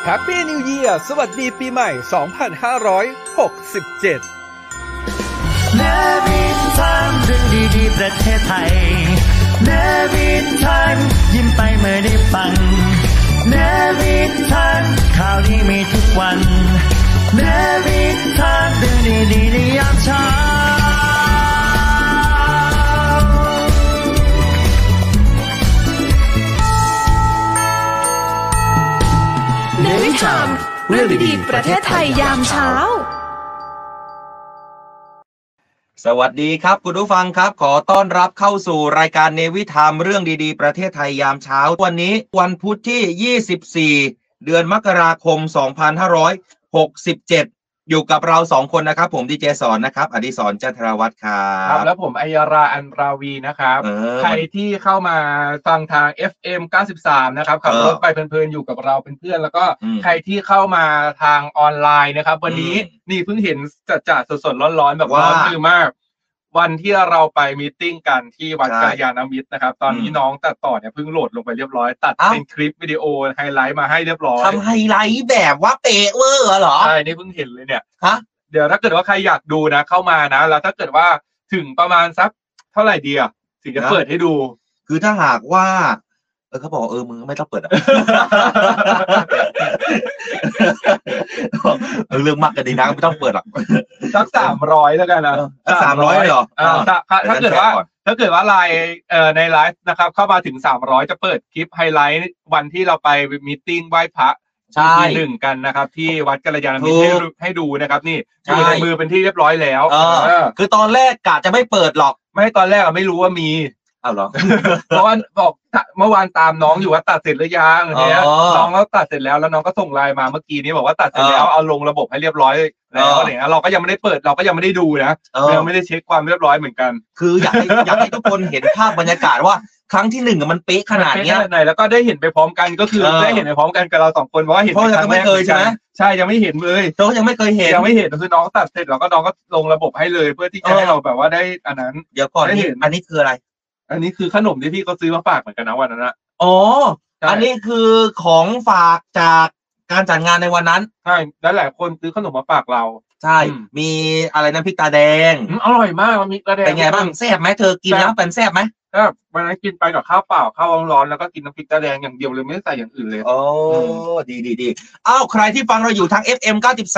Happy New Year สวัสดีปีใหม่ 2567 เนวินทันเรื่องดีๆประเทศไทยเนวินทันยิ้มไปเมื่อได้ฟังเนวินทันข่าวดีมีทุกวันเนวินทันเรื่องดีๆในยามเช้าเนวินทันเรื่องดีๆประเทศไทยยามเช้าสวัสดีครับคุณผู้ฟังครับขอต้อนรับเข้าสู่รายการเนวิธามเรื่องดีๆประเทศไทยยามเช้าวันนี้วันพุธที่24เดือนมกราคม2567อยู่กับเรา2คนนะครับผมดีเจสอนนะครับอดิศรจันทรวัฒน์ครับแล้วผมอัยราอันราวีนะครับใครที่เข้ามาฟังทาง FM 93นะครับขับรถไปเพลินๆอยู่กับเราเป็นเพื่อนแล้วก็ใครที่เข้ามาทางออนไลน์นะครับวันนี้นี่เพิ่งเห็นจัดสดๆร้อนๆแบบร้อนมือมากวันที่เราไปมีตติ้งกันที่วัดกัลยาณมิตรนะครับตอนนี้น้องตัดต่อเนี่ยเพิ่งโหลดลงไปเรียบร้อยตัดเป็นคลิปวิดีโอไฮไลท์มาให้เรียบร้อยทำไฮไลท์แบบว่าเป๊ะเวอร์เหรอใช่นี่เพิ่งเห็นเลยเนี่ยฮะเดี๋ยวถ้าเกิดว่าใครอยากดูนะเข้ามานะแล้วถ้าเกิดว่าถึงประมาณสักเท่าไหร่ดีอ่ะถึงจะเปิดให้ดูคือถ้าหากว่าเขาบอกมึงไม่ต้องเปิดอ่ะเรื่องมากกันดีนะไม่ต้องเปิดหรอกสัก300แล้วกันนะ 300เลยเหรอถ้าเกิดว่าไลน์ในไลฟ์นะครับเข้ามาถึง300จะเปิดคลิปไฮไลท์วันที่เราไปมีตติ้งไหว้พระที่1กันนะครับที่วัดกัลยาณมิตรให้ดูนะครับนี่อยู่ในมือเป็นที่เรียบร้อยแล้วคือตอนแรกกะจะไม่เปิดหรอกไม่ตอนแรกไม่รู้ว่ามีเหรอเพราะว่าบอกเมื่อวานตามน้องอยู่ว่าตัดเสร็จหรือยังเนี่ยน้องก็ตัดเสร็จแล้วน้องก็ส่งไลน์มาเมื่อกี้นี้บอกว่าตัดเสร็จแล้วเอาลงระบบให้เรียบร้อยแล้วอะไรเงี้ยเราก็ยังไม่ได้เปิดเราก็ยังไม่ได้ดูนะยังไม่ได้เช็คความเรียบร้อยเหมือนกันคืออยากให้ทุกคนเห็นภาพบรรยากาศว่าครั้งที่1มันเป๊ะขนาดนี้ไหนแล้วก็ได้เห็นไปพร้อมกันก็คือได้เห็นไปพร้อมกันกับเรา2คนเพราะว่าเห็นเพราะยังไม่เคยใช่ไหมใช่ยังไม่เห็นเลยโตยังไม่เคยเห็นคือน้องตัดเสร็จแล้วก็น้องก็ลงระบบให้เลยเพื่อที่จะให้เราแบบว่าได้อันนั้นเดี๋ยวก่อนอันนี้คืออะไรอันนี้คือขนมที่พี่เขาซื้อมาฝากเหมือนกันนะวันนั้นนะอ๋ออันนี้คือของฝากจากการจัดงานในวันนั้นใช่แล้วหลายคนซื้อขนมมาฝากเราใช่มีอะไรน้ำพริกตาแดงอร่อยมากมันมีตาแดงเป็นไงบ้างแซ่บไหมเธอกินแล้วเป็นแซ่บไหมครับวันนั้นกินไปกับข้าวเปล่าข้าวร้อนแล้วก็กินน้ำพริกตาแดงอย่างเดียวเลยไม่ได้ใส่อย่างอื่นเลยโอ้ดีอ้าวใครที่ฟังเราอยู่ทาง FM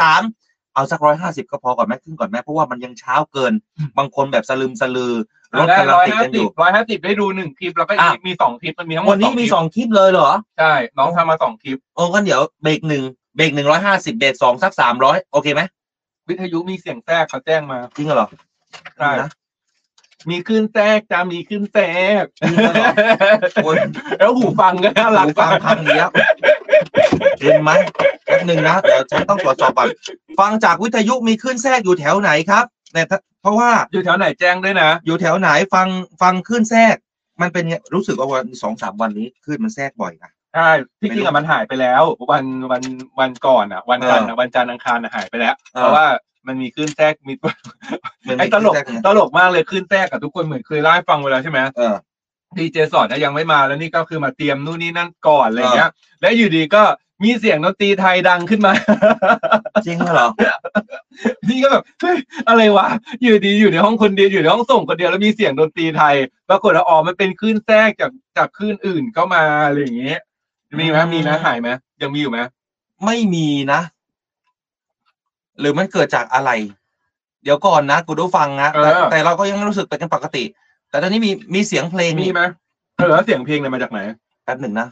93เอาสัก150ก็พอก่อนไหมขึ้นก่อนไหมเพราะว่ามันยังเช้าเกินบางคนแบบสลืมสลือรถกำลังติดกันอยู่150ได้ดู1คลิปแล้วก็มี2คลิปมันมีทั้งหมดวันนี้มี2คลิปเลยเหรอใช่น้องทำมา2คลิปงั้นเดี๋ยวเบรก1เบรก150เบรก2สัก300โอเคไหมวิทยุมีเสียงแทรกเขาแจ้งมาจริงเหรอใช่นะมีขึ้นแทรกจะมีขึ้นแทรกแล้วหูฟังก็น่ารักฟังพังเนี้ยเห็นไหมแป๊บนึงนะเดี๋ยวฉันต้องตรวจสอบก่อนฟังจากวิทยุมีขึ้นแทรกอยู่แถวไหนครับเนี่ยเพราะว่าอยู่แถวไหนแจ้งด้วยนะอยู่แถวไหนฟังขึ้นแทรกมันเป็นรู้สึกว่าวัน 2-3 วันนี้ขึ้นมันแทรกบ่อยนะใช่ที่จริงมันหายไปแล้ววันก่อนวันจันทร์อังคารหายไปแล้วเพราะว่ามันมีขึ้นแทรกมีไอ้ตลกมากเลยขึ้นแทรกกับทุกคนเหมือนเคยเล่าให้ฟังไปแล้วใช่ไหมดีเจสอนยังไม่มาแล้วนี่ก็คือมาเตรียมนู่นนี่นั่นก่อนอะไรเงี้ยแล้วอยู่ดีก็มีเสียงดนตรีไทยดังขึ้นมาจริงเหรอนี่ก็แบบเฮ้ยอะไรวะอยู่ดีอยู่ในห้องคนเดียวอยู่ในห้องส่งคนเดียวแล้วมีเสียงดนตรีไทยปรากฏว่ามันเป็นคลื่นแทรกจากคลื่นอื่นเข้ามาอะไรอย่างเงี้ยมีไหมหายไหมยังมีอยู่ไหมไม่มีนะหรือมันเกิดจากอะไรเดี๋ยวก่อนนะกูดูฟังนะแต่เราก็ยังรู้สึกเป็นกันปกติแต่ตอนนี้มีเสียงเพลงมีไหมแล้วเสียงเพลงเนี่ยมาจากไหนแป๊บหนึ่งนะ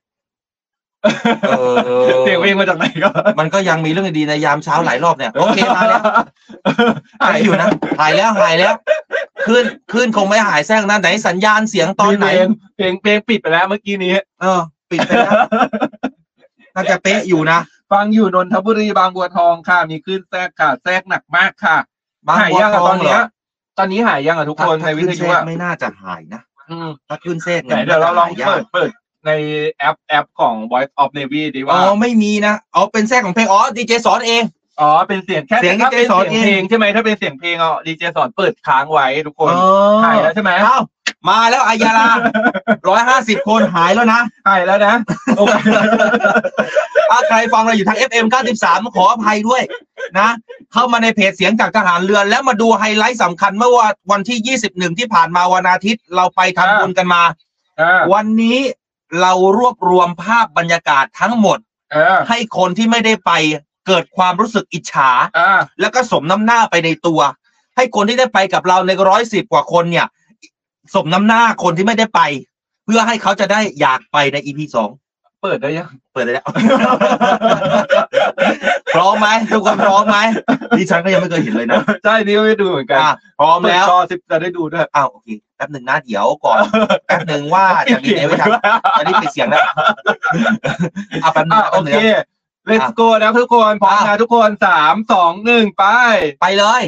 เสียงเพลงมาจากไหนก็มันก็ยังมีเรื่องดีในยามเช้าหลายรอบเนี่ยโอเคมาแล้วหายอยู่นะหายแล้วขึ้นคงไม่หายแทรกนะไหนสัญญาณเสียงตอนไหนเพลงปิดไปแล้วเมื่อกี้นี้ปิดไปแล้วน่าจะเป๊ะอยู่นะฟังอยู่นนทบุรีบางบัวทองค่ะมีขึ้นแทรกค่ะแทรกหนักมากค่ะหายยังตอนนี้หายยังทุกคนในวิทยุไม่น่าจะหายนะถ้าขึ้นแทรกเดี๋ยวเราลองเปิดในแอปของ Voice of Navy ดีว่าไม่มีนะเป็นแทรกของเพลงดีเจสอนเองเป็นเสียงแค่ถ้าเป็นเสียงเพลงใช่ไหมถ้าเป็นเสียงเพลงดีเจสอนเปิดค้างไว้ทุกคนหายแล้วใช่ไหมมาแล้วอัยยาลา150 คนหายแล้วนะหายแล้วนะโอเคใครฟังเราอยู่ทาง FM 93ขออภัยด้วยนะเข้ามาในเพจเสียงจากทหารเรือแล้วมาดูไฮไลท์สำคัญเมื่อวันที่21ที่ผ่านมาวันอาทิตย์เราไปทำบุญกันมาวันนี้เรารวบรวมภาพบรรยากาศทั้งหมดให้คนที่ไม่ได้ไปเกิดความรู้สึกอิจฉาแล้วก็สมน้ำหน้าไปในตัวให้คนที่ได้ไปกับเราใน110 กว่าคนเนี่ยสมน้ำหน้าคนที่ไม่ได้ไปเพื่อให้เขาจะได้อยากไปใน EP 2เปิดได้ยังเปิดได้แล้ว พร้อมไหมทุกคนพร้อมไหมดิฉันก็ยังไม่เคยเห็นเลยนะใช่นี่ไม่ดูเหมือนกันพร้อมแล้วจะได้ดูด้วยโอเคแป๊บหนึ่งนะเดี๋ยวก่อนแป๊บหนึ่งว่าจะมีไหมครับตอนนี้ปิดเสียงแล้วแป๊บนึงโอเค Let's go นะทุกคนพร้อมนะทุกคน3 2 1ไปเลย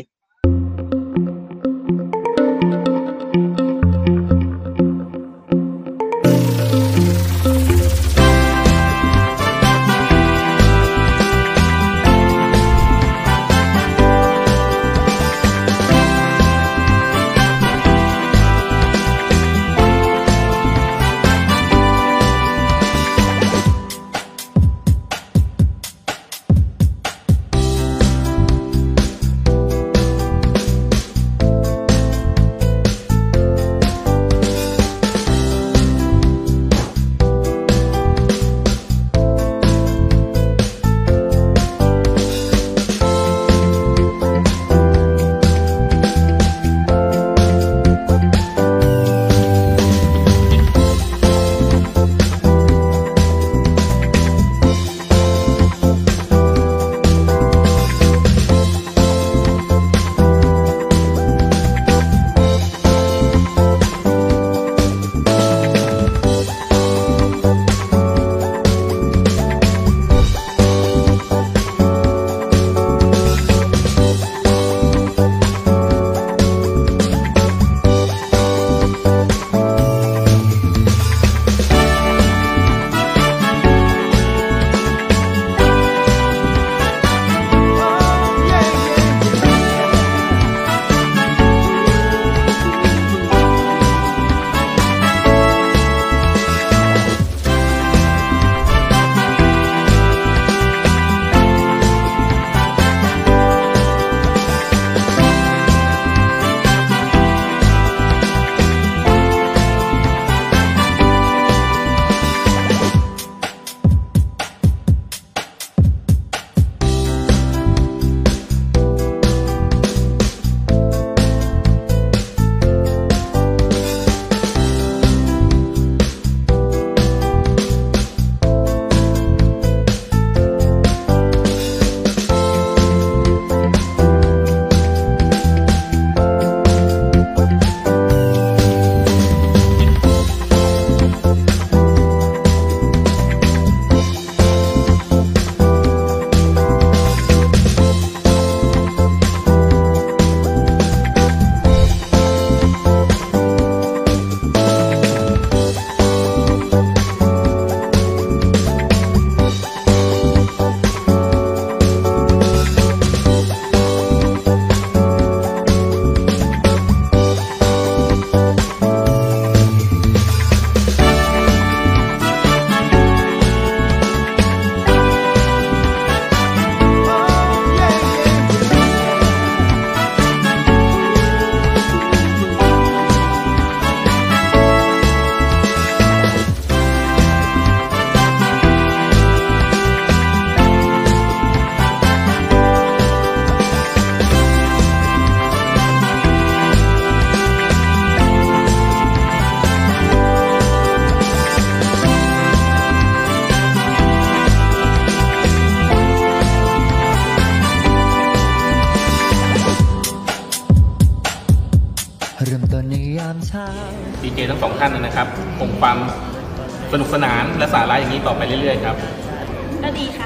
ดีเจทั้ง2ท่านนะครับคงความสนุกสนานและสาระอย่างนี้ต่อไปเรื่อยๆครับก็ดีค่ะ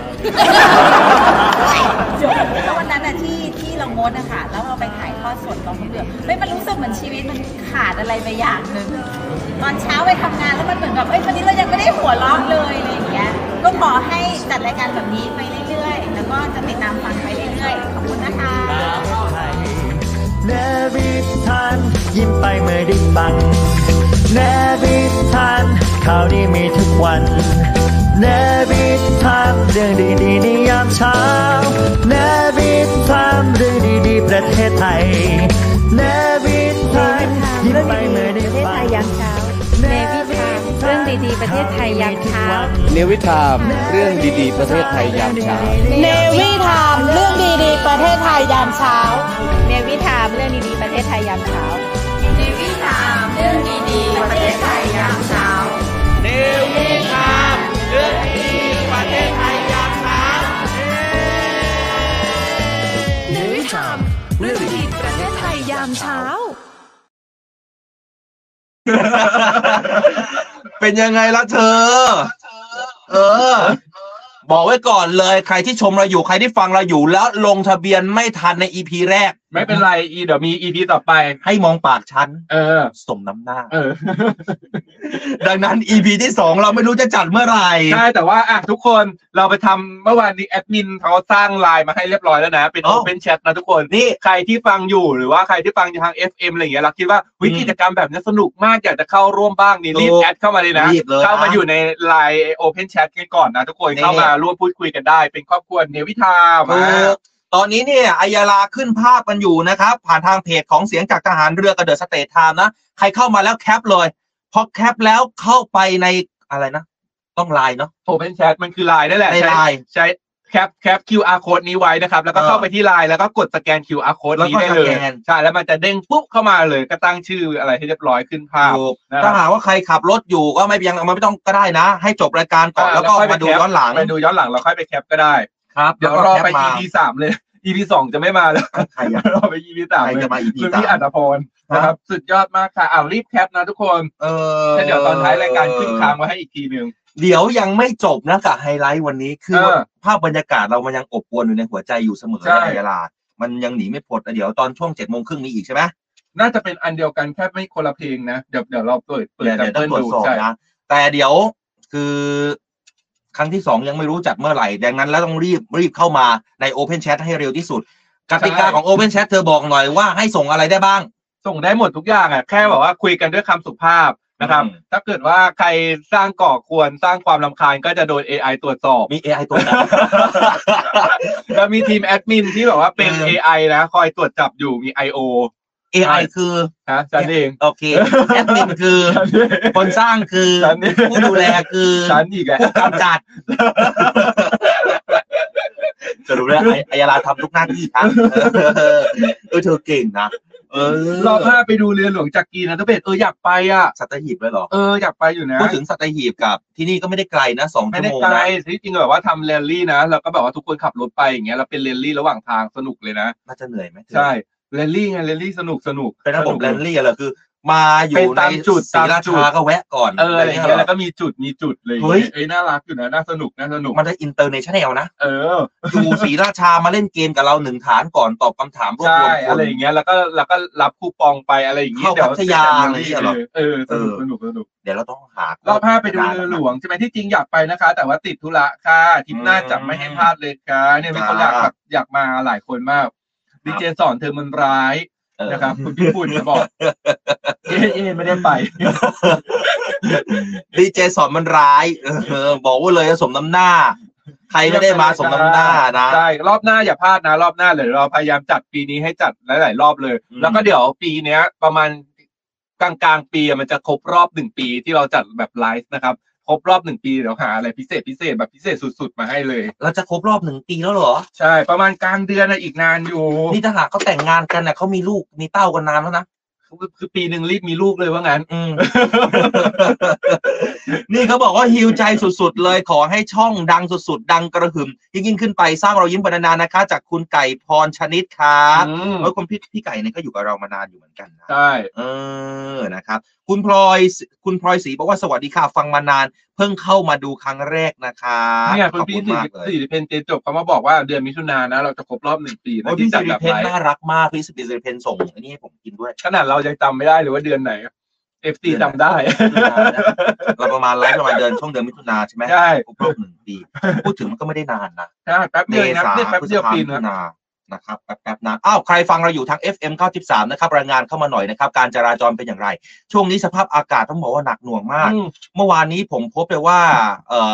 แล้ววันนั้นที่เรางดนะคะแล้วเราไปถ่ายทอดสดกองทัพเรือมันรู้สึกเหมือนชีวิตมันขาดอะไรไปอย่างหนึ่งตอนเช้าไปทำงานแล้วมันเหมือนแบบวันนี้เรายังไม่ได้หัวเราะเลยอะไรอย่างเงี้ยก็ขอให้จัดรายการแบบนี้ไปเรื่อยๆแล้วก็จะติดตามฟังไปเรื่อยๆขอบคุณนะคะเนวิทานยิ้มไปเมื่อได้ฟังเนวิทานข่าวดีมีทุกวันเเนวิทามเรื่องดีๆในยามเช้าเนวิทามเรื่องดีๆประเทศไทยเนวิทามยิ้มไปเมื่อได้ฟังยามเช้าเนวิทามเรื่องดีๆประเทศไทยยามเช้าเนวิทามเรื่องดีๆประเทศไทยยามเช้าเนวิทามเรื่องดีๆประเทศไทยยามเช้าเนวิทามเรื่องดีๆประเทศไทยยามเช้าเนวิทามเรื่องดีๆประเทศไทยยามเช้าเนวิทามเรื่องดีๆประเทศไทยยามเช้าเนวิทามเรื่องดีๆประเทศไทยยามเช้าเป็นยังไงล่ะเธอบอกไว้ก่อนเลยใครที่ชมเราอยู่ใครที่ฟังเราอยู่แล้วลงทะเบียนไม่ทันใน EP แรกไม่เป็นไรเดี๋ยวมี EP ต่อไปให้มองปากฉันสมน้ำหน้าดังนั้น EP ที่2เราไม่รู้จะจัดเมื่อไหร่ใช่แต่ว่าทุกคนเราไปทำเมื่อวานนี้แอดมินเขาสร้างไลน์มาให้เรียบร้อยแล้วนะเป็น Open Chat นะทุกคนนี่ใครที่ฟังอยู่หรือว่าใครที่ฟังทาง FM อะไรอย่างเงี้ยเราคิดว่ากิจกรรมแบบนี้สนุกมากอยากจะเข้าร่วมบ้างนี่รีบแอดเข้ามาเลยนะเข้ามาอยู่ในไลน์ Open Chat กันก่อนนะทุกคนเข้ามาร่วมพูดคุยกันได้เป็นครอบครัวเนวิทามตอนนี้เนี่ยอัยาลาขึ้นภาพกันอยู่นะครับผ่านทางเพจของเสียงจากทหารเรือกับเดอะสเตทไทม์นะใครเข้ามาแล้วแคปเลยพอแคปแล้วเข้าไปในอะไรนะต้องไลน์เนาะ Open Chat มันคือไลน์นั่นแหละในไลน์ใช้แคป QR code นี้ไว้นะครับแล้วก็เข้าไปที่ไลน์แล้วก็กดสแกน QR code นี้ได้เลยใช่แล้วมันจะเด้งปุ๊บเข้ามาเลยก็ตั้งชื่ออะไรให้เรียบร้อยขึ้นภาพถ้าหากว่าใครขับรถอยู่ก็ไม่ต้องก็ได้นะให้จบรายการก่อนแล้วก็มาดูย้อนหลังเราค่อยไปแคปก็ได้ครับเดี๋ยวรอไป EP 3เลย EP 2จะไม่มาแล้วใครรอไป EP 3เลยคือพี่อัตพลนะครับสุดยอดมากค่ะรีบแคปนะทุกคนแล้วเดี๋ยวตอนท้ายรายการขึ้นค้างไว้ให้อีกทีนึงเดี๋ยวยังไม่จบนะกับไฮไลท์วันนี้คือภาพบรรยากาศเรามันยังอบอวลอยู่ในหัวใจอยู่เสมอในเวลามันยังหนีไม่พ้นเดี๋ยวตอนช่วง 7:30 มีอีกใช่ไหมน่าจะเป็นอันเดียวกันแค่ไม่คนละเพลงนะเดี๋ยวเราเปิดต้องตรวจสอบนะแต่เดี๋ยวคือครั้งที่2ยังไม่รู้จัดเมื่อไหร่ดังนั้นแล้วต้องรีบเข้ามาใน Open Chat ให้เร็วที่สุดกติกาของ Open Chat เธอบอกหน่อยว่าให้ส่งอะไรได้บ้างส่งได้หมดทุกอย่างแค่บอกว่าคุยกันด้วยคำสุภาพนะครับถ้าเกิดว่าใครสร้างก่อควรสร้างความรำคาญก็จะโดน AI ตรวจสอบมี AI ตรวจสอบแล้วมีทีมแอดมินที่แบบว่าเป็น AI นะคอยตรวจจับอยู่มี IO AI คือฉันเองโอเคแอดมินคือคนสร้างคือผู้ดูแลคือฉันอีกผู้กำจัดจะรู้แล้วอัยาลาทำทุกหน้าที่ครับเธอเก่งนะรอบ5ไปดูเรือหลวงจักรีนะทุกเพจอยากไปสัตหีบเลยเหรออยากไปอยู่นะพูดถึงสัตหีบกับที่นี่ก็ไม่ได้ไกลนะ2 ชั่วโมงไม่ได้ไกลที่จริงแบบว่าทำแรลลี่นะแล้วก็แบบว่าทุกคนขับรถไปอย่างเงี้ยแล้วเป็นแรลลี่ระหว่างทางสนุกเลยนะน่าจะเหนื่อยไหมใช่แรลลี่ไงแรลลี่สนุกเป็นระบบแรลลี่อะไรคือมาอยู่ในจุดศรีราชาก็แวะก่อนอะไรอย่างเงี้ยแล้วก็มีจุดเลยน่ารักอยู่นะน่าสนุกมันได้อินเตอร์เนชั่นแนลนะอยู่ศรีราชามาเล่นเกมกับเรา1 ฐานก่อนตอบคำถามรวบรวมอะไรอย่างเงี้ยแล้วก็รับคูปองไปอะไรอย่างเงี้ยเดี๋ยวพัทยาอะไรอย่างเงี้ยหรอสนุกเดี๋ยวเราต้องหารอบ5ไปดูเรือหลวงใช่ไหมที่จริงอยากไปนะคะแต่ว่าติดธุระค่ะทิปหน้าจับไม่ให้พลาดเลยค่ะเนี่ยมีคนอยากมาหลายคนมากดีเจสอนเธอมันร้ายนะครับคุณพี่ปุ่นจะบอกไม่ได้ไปดีเจสอนมันร้ายบอกว่าเลยสมน้ำหน้าใครไม่ได้มาสมน้ำหน้านะใช่รอบหน้าอย่าพลาดนะรอบหน้าเลยเราพยายามจัดปีนี้ให้จัดหลายๆรอบเลยแล้วก็เดี๋ยวปีนี้ประมาณกลางปีมันจะครบรอบ1 ปีที่เราจัดแบบไลฟ์นะครับครบรอบ1 ปีเดี๋ยวหาอะไรพิเศษแบบพิเศษสุดๆมาให้เลยเราจะครบรอบ1 ปีแล้วเหรอใช่ประมาณกลางเดือนอีกนานอยู่นี่ถ้าหากเขาแต่งงานกันนะเขามีลูกมีเต้ากันนานแล้วนะคือปีหนึ่งรีบมีลูกเลยว่างั้นนี่เขาบอกว่าฮิวใจสุดๆเลยขอให้ช่องดังสุดๆดังกระหึ่มยิ่งขึ้นไปสร้างเรายิ้มบรรณานะคะจากคุณไก่พรชนิดครับคนพี่ไก่เนี่ยก็อยู่กับเรามานานอยู่เหมือนกันนะใช่นะครับคุณพลอยศรีบอกว่าสวัสดีค่ะฟังมานานเพิ่งเข้ามาดูครั้งแรกนะคะเนี่ยคุณพี่สิริเพนเจจบเขามาบอกว่าเดือนมิถุนายนนะเราจะครบรอบ1 ปีนะที่จัดแบบไลฟ์น่ารักมากพี่สิริเพนส่งอันนี้ให้ผมกินด้วยขนาดเรายังจำไม่ได้หรือว่าเดือนไหนFT จำได้เราประมาณไลฟ์ประมาณช่วงเดือนมิถุนายนใช่ไหมใช่ครบรอบ1 ปีพูดถึงมันก็ไม่ได้นานนะใช่แป๊บเดียวนะแป๊บเดียวปีนะครับแป๊บนะใครฟังเราอยู่ทาง FM 93นะครับรายงานเข้ามาหน่อยนะครับการจราจรเป็นอย่างไรช่วงนี้สภาพอากาศต้องบอกว่าหนักหน่วงมากเมื่อวานนี้ผมพบไปว่า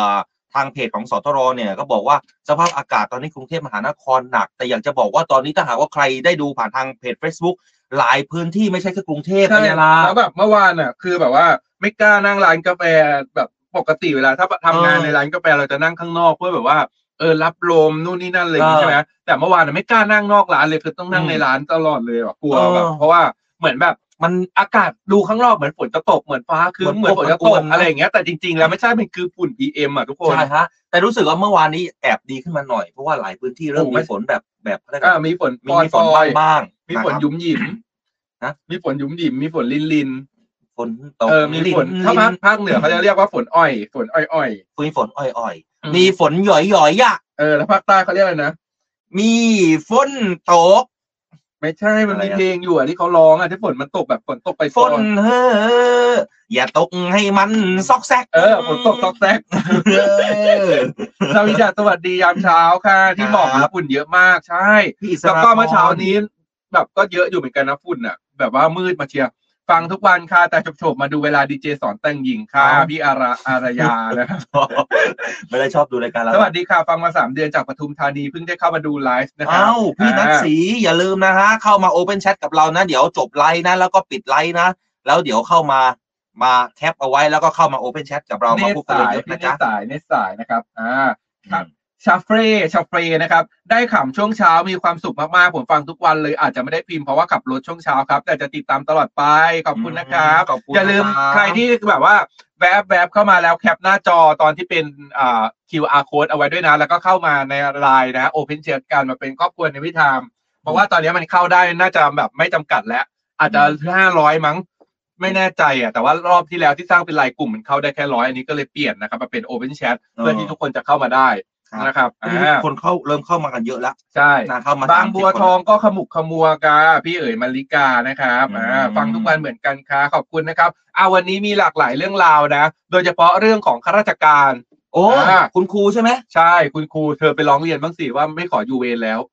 ทางเพจของสทรเนี่ยก็บอกว่าสภาพอากาศตอนนี้กรุงเทพมหานครหนักแต่อยากจะบอกว่าตอนนี้ถ้าหากว่าใครได้ดูผ่านทางเพจ Facebook หลายพื้นที่ไม่ใช่แค่กรุงเทพปัญญาลาแล้วแบบเมื่อวานอ่ะคือแบบว่าไม่กล้านั่งร้านกาแฟแบบปกติเวลาถ้าทำงานในร้านกาแฟเราจะนั่งข้างนอกเพื่อแบบว่ารับลมนู่นนี่นั่นอะไรอย่างงี้ใช่ไหมแต่เมื่อวานไม่กล้านั่งนอกร้านเลยคือต้องนั่งในร้านตลอดเลยอ่ะกลัวแบบเพราะว่าเหมือนแบบมันอากาศดูข้างนอกเหมือนฝนจะตกเหมือนฟ้าคือเหมือนฝนจะตกอะไรอย่างเงี้ยแต่จริงๆแล้วไม่ใช่เป็นคือฝุ่น PM อ่ะทุกคนใช่ฮะแต่รู้สึกว่าเมื่อวานนี้แอบดีขึ้นมาหน่อยเพราะว่าหลายพื้นที่เริ่มมีฝนแบบมีฝนบ้างมีฝนยุ่มหยิมนะมีฝนยุ่มหยิมมีฝนลินฝนตกมีฝนถ้าภาคเหนือเขาจะเรียกว่าฝนอ้อยฝนอ้อยมีฝนอ้อยมีฝนหย่อยๆอ่ะแล้วภาคใต้เขาเรียกอะไรนะมีฝนตกไม่ใช่มันมีเพลงอยู่อ่ะที่เขาร้องอ่ะที่ฝนมันตกแบบฝนตกไปฝนอย่าตกให้มันซอกแซกฝนตกซอกแซกสวัสดีสวัสดียามเช้าค่ะที่บอกนะฝุ่นเยอะมากใช่แล้วก็เมื่อเช้านี้แบบก็เยอะอยู่เหมือนกันนะฝุ่นอ่ะแบบว่ามืดมาเชียร์ฟังทุกวันค่ะแต่โฉบมาดูเวลาดีเจสอนแต่งหญิงค่ะพี่อารยานะครับไม่ได้ชอบดูรายการเราสวัสดีค่ะฟังมา3 เดือนจากปทุมธานีเพิ่งได้เข้ามาดูไลฟ์นะครับพี่นัทศรีอย่าลืมนะฮะเข้ามาโอเพนแชทกับเรานะเดี๋ยวจบไลฟ์นะแล้วก็ปิดไลฟ์นะแล้วเดี๋ยวเข้ามาแคปเอาไว้แล้วก็เข้ามาโอเพนแชทกับเรามาพูดคุยกันนะจ๊ะเนสายนะครับชาเฟรนะครับได้ขำช่วงเช้ามีความสุขมากๆผมฟังทุกวันเลยอาจจะไม่ได้พิมพ์เพราะว่าขับรถช่วงเช้าครับแต่จะติดตามตลอดไปขอบคุณนะครับอย่าลืมใครที่แบบว่าแวบเข้ามาแล้วแคปหน้าจอตอนที่เป็นQR code เอาไว้ด้วยนะแล้วก็เข้ามาในไลน์นะ Open Chat กันมาเป็นครอบครัวในวิธามเพราะว่าตอนนี้มันเข้าได้น่าจะแบบไม่จำกัดแล้วอาจจะ500มั้งไม่แน่ใจอ่ะแต่ว่ารอบที่แล้วที่สร้างเป็นรายกลุ่มมันเข้าได้แค่100อันนี้ก็เลยเปลี่ยนนะครับมาเป็น Open Chat เพื่อที่ทุกคนจะเข้ามาได้นะครับคนเริ่มเข้ามากันเยอะแล้วใช่เข้ามาบางบัวทองก็ขมุกขมัวกาพี่เอ๋ยมาริกานะครับฟังทุกวันเหมือนกันค่ะขอบคุณนะครับวันนี้มีหลากหลายเรื่องราวนะโดยเฉพาะเรื่องของข้าราชการคุณครูใช่ไหมใช่คุณครูเธอไปร้องเรียนบ้างสิว่าไม่ขออยู่เวรแล้ว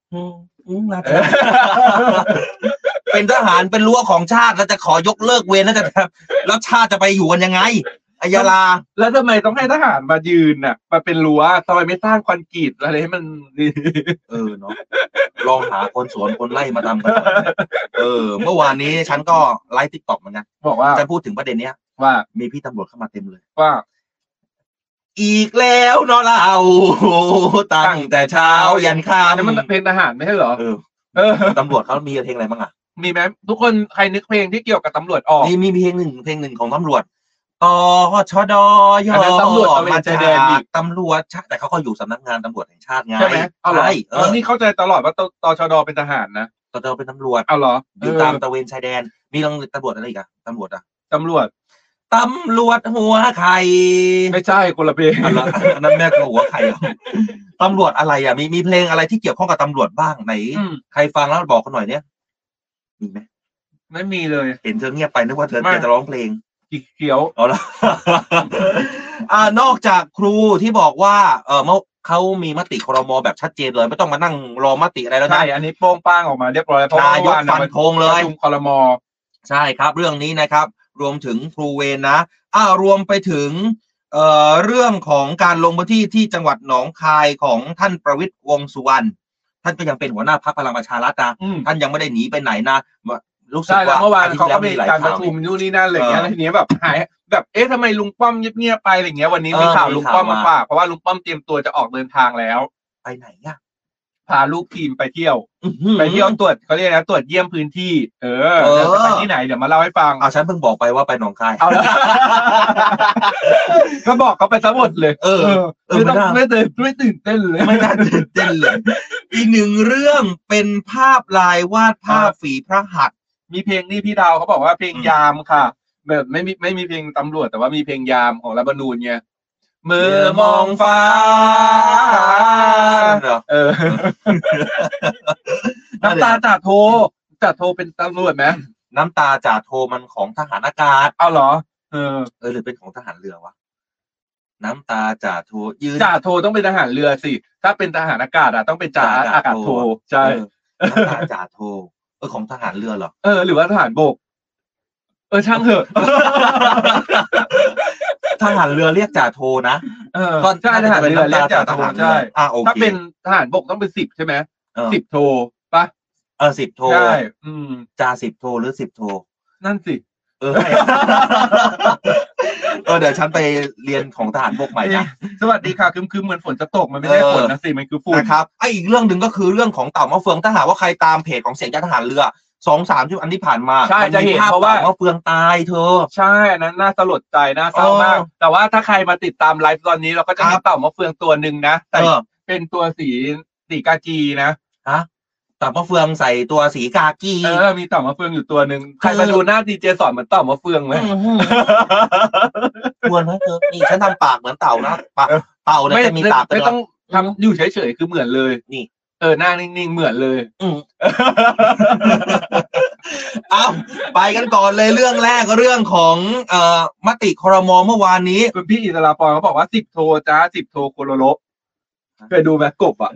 เป็นทหารเป็นรั้วของชาติแล้วจะขอยกเลิกเวรแล้วชาติจะไปอยู่กันยังไงอัยลาแล้วทำไมต้องให้ทหารมายืนน่ะมาเป็นรั้วทำไมไม่สร้างคอนกรีตอะไรให้มันเนาะลองหาคนสวนคนไล่มาทำกันเมื่อวานนี้ฉันก็ไลฟ์ TikTok เหมือนกันบอกว่าจะพูดถึงประเด็นเนี้ยว่ามีพี่ตำรวจเข้ามาเต็มเลยว่าอีกแล้วเนาะเราตั้งแต่เช้ายันค่ำนั่นมันเพลงทหารไม่ใช่เหรอตำรวจเขามีเพลงอะไรบ้างอ่ะมีไหมทุกคนใครนึกเพลงที่เกี่ยวกับตำรวจออกมีเพลงหนึ่งของตำรวจชดยตำรวจมาจากตำรวจแต่เขาก็อยู่สำนักงานตำรวจแห่งชาติไงใช่ไหมใช่นี่เข้าใจตลอดว่าตชดเป็นทหารนะตชดเป็นตำรวจเหรออยู่ตามตะเวนชายแดนมีตำรวจอะไรอีกอะตำรวจหัวไข่ไม่ใช่คนละเพลงนั่นแม่ก็หัวไข่ตำรวจอะไรอ่ะมีเพลงอะไรที่เกี่ยวข้องกับตำรวจบ้างไหนใครฟังแล้วบอกกันหน่อยเนี่ยมีไหมไม่มีเลยเห็นเธอเงียบไปนึกว่าเธอจะร้องเพลงเขียวเอาละนอกจากครูที่บอกว่าเขามีมติครม.แบบชัดเจนเลยไม่ต้องมานั่งรอมติอะไรแล้วนะใช่อันนี้โป้งป้างออกมาเรียบร้อยเพราะนายกฟันธงเลยครม. ใช่ครับเรื่องนี้นะครับรวมถึงครูเวรนะรวมไปถึงเรื่องของการลงพื้นที่ที่จังหวัดหนองคายของท่านประวิตรวงษ์สุวรรณท่านก็ยังเป็นหัวหน้าพรรคพลังประชารัฐนะท่านยังไม่ได้หนีไปไหนนะรู้สึกว่าเมื่อวานเขาก็มีการประชุมนู่นนี่นั่นอะไรเงี้ยทีนี้แบบหายแบบทำไมลุงป้อมเงียบๆไปอะไรเงี้ยวันนี้มีข่าวลุงป้อมมาฝากเพราะว่าลุงป้อมเตรียมตัวจะออกเดินทางแล้วไปไหนอ่ะพาลูกทีมไปเที่ยวตรวจเขาเรียกนะตรวจเยี่ยมพื้นที่จะไปที่ไหนเดี๋ยวมาเล่าให้ฟังฉันเพิ่งบอกไปว่าไปหนองคายก็บอกเขาไปทั้งหมดเลยไม่ตื่นเต้นเลยไม่น่าตื่นเต้นเลยอีกหนึ่งเรื่องเป็นภาพลายวาดภาพฝีพระหัตถ์มีเพลงนี่พี่ดาวเขาบอกว่าเพลงยามค่ะแบบไม่มีเพลงตำรวจแต่ว่ามีเพลงยามของรับบนูนไงเมื่อมองฟ้าน้ำตาจ่าโทเป็นตำรวจไหมน้ำตาจ่าโทมันของทหารอากาศเอาเหรอหรือเป็นของทหารเรือวะน้ำตาจ่าโทจ่าโทต้องเป็นทหารเรือสิถ้าเป็นทหารอากาศต้องเป็นจ่าอากาศโทใช่น้ำตาจ่าโทของทหารเรือเหรอหรือว่าทหารบกช่างเถอะทหารเรือเรียกจ่าโทนะก็ใช่ทหารเรือเรียกจ่าโทใช่ถ้าเป็นทหารบกต้องเป็น10ใช่ไหม10 โทปะ 10 โทใช่จ่า10 โทหรือ10 โทนั่นสิเดี๋ยวฉันไปเรียนของทหารบกใหม่นะสวัสดีค่ะคือเหมือนฝนจะตกมันไม่ได้ฝนนะสิมันคือฝุ่นนะครับอีกเรื่องหนึ่งก็คือเรื่องของเต่ามะเฟืองถ้าหากว่าใครตามเพจของเสียงจากทหารเรือ2-3 ชั่วโมงที่ผ่านมาใช่จะเห็นเพราะว่ามะเฟืองตายเธอใช่อันนั้นน่าสลดใจน่าเศร้ามากแต่ว่าถ้าใครมาติดตามไลฟ์ตอนนี้เราก็จะมีเต่ามะเฟืองตัวหนึ่งนะแต่เป็นตัวสีกากีนะเต่ามะเฟืองใส่ตัวสีกากีมีเต่ามะเฟืองอยู่ตัวหนึ่งใครมาดูหน้าดีเจสอนเหมือนเต่ามะเฟืองไหมเหมือนไหมเธอนี่ฉันทำปากเหมือนเต่านะปากเต่าเนี่ยจะมีปากไม่ต้องทำอยู่เฉยๆคือเหมือนเลยนี่หน้านิ่งๆเหมือนเลยเอาไปกันก่อนเลยเรื่องแรกเรื่องของมติครม.เมื่อวานนี้คุณพี่อิสราปอนเขาบอกว่า10 โทจ้า10 โทโคโลโลเคยดูไหมกบอ่ะ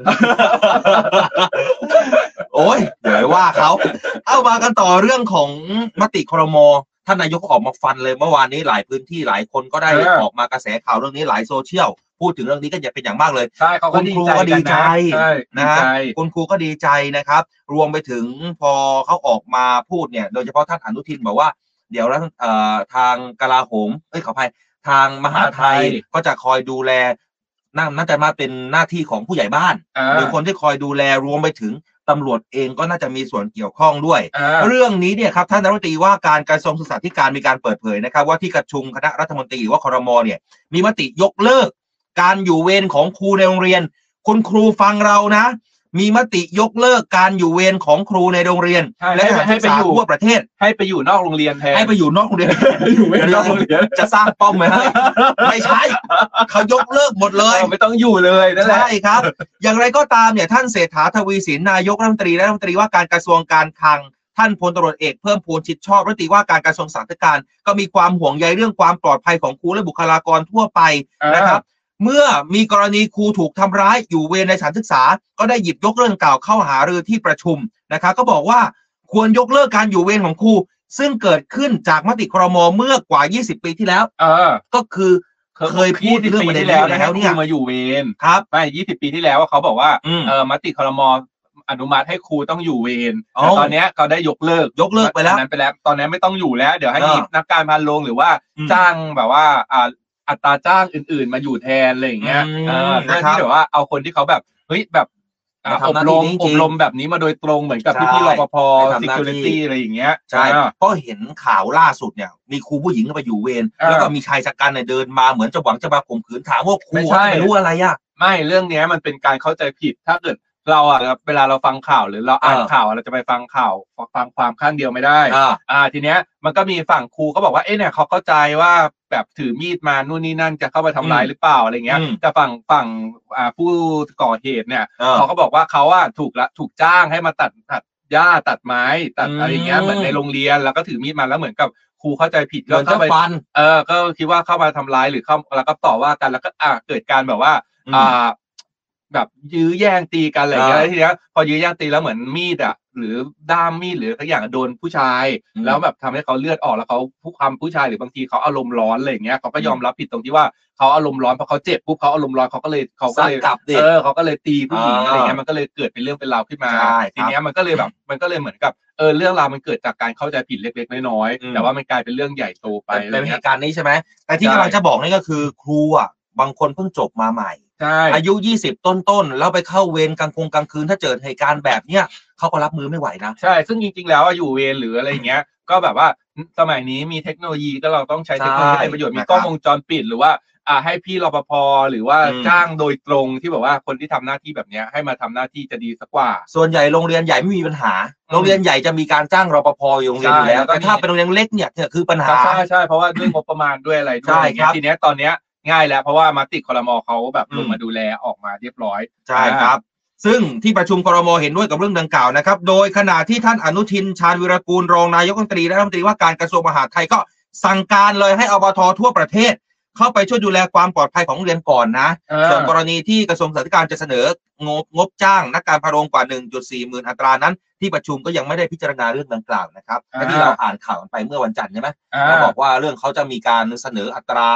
โอ้ยเดี๋ยวว่าเขาเอามากันต่อเรื่องของมติครม.ท่านนายกออกมาฟันเลยเมื่อวานนี้หลายพื้นที่หลายคนก็ได้ออกมากระแสข่าวเรื่องนี้หลายโซเชียลพูดถึงเรื่องนี้ก็อย่าเป็นอย่างมากเลยใช่เขาก็ดีใจนะคุณครูก็ดีใจนะครับรวมไปถึงพอเขาออกมาพูดเนี่ยโดยเฉพาะท่านอนุทินบอกว่าเดี๋ยวทางกลาโหมขออภัยทางมหาไทยก็จะคอยดูแลน่าจะมาเป็นหน้าที่ของผู้ใหญ่บ้านหรือคนที่คอยดูแลรวมไปถึงตำรวจเองก็น่าจะมีส่วนเกี่ยวข้องด้วยเรื่องนี้เนี่ยครับท่านรัฐมนตรีว่าการกระทรวงศึกษาธิการมีการเปิดเผยนะครับว่าที่ประชุมคณะรัฐมนตรีว่าครม.เนี่ยมีมติยกเลิกการอยู่เวรของครูในโรงเรียนคุณครูฟังเรานะมีมติยกเลิกการอยู่เวรของครูในโรงเรียนและให้ไปอยู่ทั่วประเทศให้ไปอยู่นอกโรงเรียนแทนให้ไปอยู่นอกโรงเรียนอยู่นอกโรงเรียนจะสร้างป้อมไหมไม่ใช่เขายกเลิกหมดเลยไม่ต้องอยู่เลยนั่นแหละใช่ครับอย่างไรก็ตามเนี่ยท่านเศรษฐาทวีสินนายกรัฐมนตรีและรัฐมนตรีว่าการกระทรวงการคลังท่านพลตำรวจเอกเพิ่มพูนชิดชอบรัฐมนตรีว่าการกระทรวงศึกษาธิการก็มีความห่วงใยเรื่องความปลอดภัยของครูและบุคลากรทั่วไปนะครับเมื่อมีกรณีครูถูกทำร้ายอยู่เวรในสถานศึกษาก็ได้หยิบยกเรื่องเก่าเข้าหารือที่ประชุมนะครับก็บอกว่าควรยกเลิกการอยู่เวรของครูซึ่งเกิดขึ้นจากมติครม.เมื่อกว่า20 ปีที่แล้วก็คือเคยพูดเรื่องประเด็นนี้แล้วเนี่ยมาอยู่เวรครับไม่20 ปีที่แล้วเขาบอกว่ามติครม.อนุมัติให้ครูต้องอยู่เวรแต่ตอนนี้เขาได้ยกเลิกไปแล้วตอนนี้ไม่ต้องอยู่แล้วเดี๋ยวให้นักการพันโรงหรือว่าจ้างแบบว่าอัตราจ้างอื่นๆมาอยู่แทนอะไรอย่างเงี้ยเพื่อที่แบบว่าเอาคนที่เขาแบบเฮ้ยแบบอบรมแบบนี้มาโดยตรงเหมือนกับพี่ๆรปภ security อะไรอย่างเงี้ยใช่ก็เห็นข่าวล่าสุดเนี่ยมีครูผู้หญิงไปอยู่เวรแล้วก็มีชายชะกันเนี่ยเดินมาเหมือนจะหวังจะมาข่มขืนถามว่าครูไม่รู้อะไรอ่ะไม่เรื่องนี้มันเป็นการเข้าใจผิดถ้าเกิดเราเวลาเราฟังข่าวหรือเราอ่านข่าวเราจะไปฟังข่าวฟังความข้างเดียวไม่ได้ทีเนี้ยมันก็มีฝั่งครูก็บอกว่าเนี่ยเขาเข้าใจว่าแบบถือมีดมานู่นนี่นั่นจะเข้าไปทำร้ายหรือเปล่าอะไรเงี้ยแต่ฝั่งผู้ก่อเหตุเนี่ยเขาก็บอกว่าเขาถูกจ้างให้มาตัดหญ้าตัดไม้ตัดอะไรเงี้ยเหมือนในโรงเรียนแล้วก็ถือมีดมาแล้วเหมือนกับครูเข้าใจผิดก็เข้าไปก็คิดว่าเข้ามาทำร้ายหรือเข้าแล้วก็ต่อว่ากันแล้วก็เกิดการแบบว่าแบบยื้อแย่งตีกันอะไรอย่างเงี้ยทีเนี้ยพอยื้อแย่งตีแล้วเหมือนมีดหรือด้ามมีดหรือทุกอย่างโดนผู้ชายแล้วแบบทำให้เขาเลือดออกแล้วเขาผู้ชายหรือบางทีเขาอารมณ์ร้อนอะไรอย่างเงี้ยเขาก็ยอมรับผิดตรงที่ว่าเขาอารมณ์ร้อนเพราะเขาเจ็บปุ๊บเขาอารมณ์ร้อนเขาก็เลยเขาก็เลยตีผู้หญิงอะไรเงี้ยมันก็เลยเกิดเป็นเรื่องเป็นราวขึ้นมาทีเนี้ยมันก็เลยแบบมันก็เลยเหมือนกับเรื่องราวมันเกิดจากการเข้าใจผิดเล็กๆน้อยๆแต่ว่ามันกลายเป็นเรื่องใหญ่โตไปในเหตุการณ์นี้ใช่ไหมแต่ที่กำลังจะบอกนี่ก็คือครูบางคนเพิ่งจบมาใหม่อายุ20ต้นๆแล้วไปเข้าเวรกลางคืนถ้าเจอเหตุการณ์แบบเนี้ยเขาก็รับมือไม่ไหวนะใช่ซึ่งจริงๆแล้วอยู่เวรหรืออะไรอย่างเงี้ยก็แบบว่าสมัยนี้มีเทคโนโลยีก็เราต้องใช้เทคโนโลยีให้ประโยชน์มีกล้องวงจรปิดหรือว่าให้พี่รปภหรือว่าจ้างโดยตรงที่แบบว่าคนที่ทำหน้าที่แบบเนี้ยให้มาทำหน้าที่จะดีสักกว่าส่วนใหญ่โรงเรียนใหญ่ไม่มีปัญหาโรงเรียนใหญ่จะมีการจ้างรปภอยู่โรงเรียนอยู่แล้วแต่ถ้าเป็นโรงเรียนเล็กเนี่ยคือปัญหาใช่เพราะว่าด้วยงบประมาณด้วยอะไรด้วยทีเนี้ยตอนเนี้ยง่ายแล้วเพราะว่ามติครม.เขาแบบลงมาดูแลออกมาเรียบร้อยใช่ครับซึ่งที่ประชุมครม.เห็นด้วยกับเรื่องดังกล่าวนะครับโดยขณะที่ท่านอนุทินชาญวิรากูลรองนายกรัฐมนตรีและรัฐมนตรีว่าการกระทรวงมหาดไทยก็สั่งการเลยให้อบท.ทั่วประเทศเข้าไปช่วยดูแลความปลอดภัยของโรงเรียนก่อนนะส่วนกรณีที่กระทรวงศึกษาธิการจะเสนองบจ้างนักการพาโรงกว่า 1.4 หมื่นอัตรานั้นที่ประชุมก็ยังไม่ได้พิจารณาเรื่องดังกล่าวนะครับที่เราอ่านข่าวไปเมื่อวันจันทร์ใช่ไหมเราบอกว่าเรื่องเขาจะมีการเสนออัตรา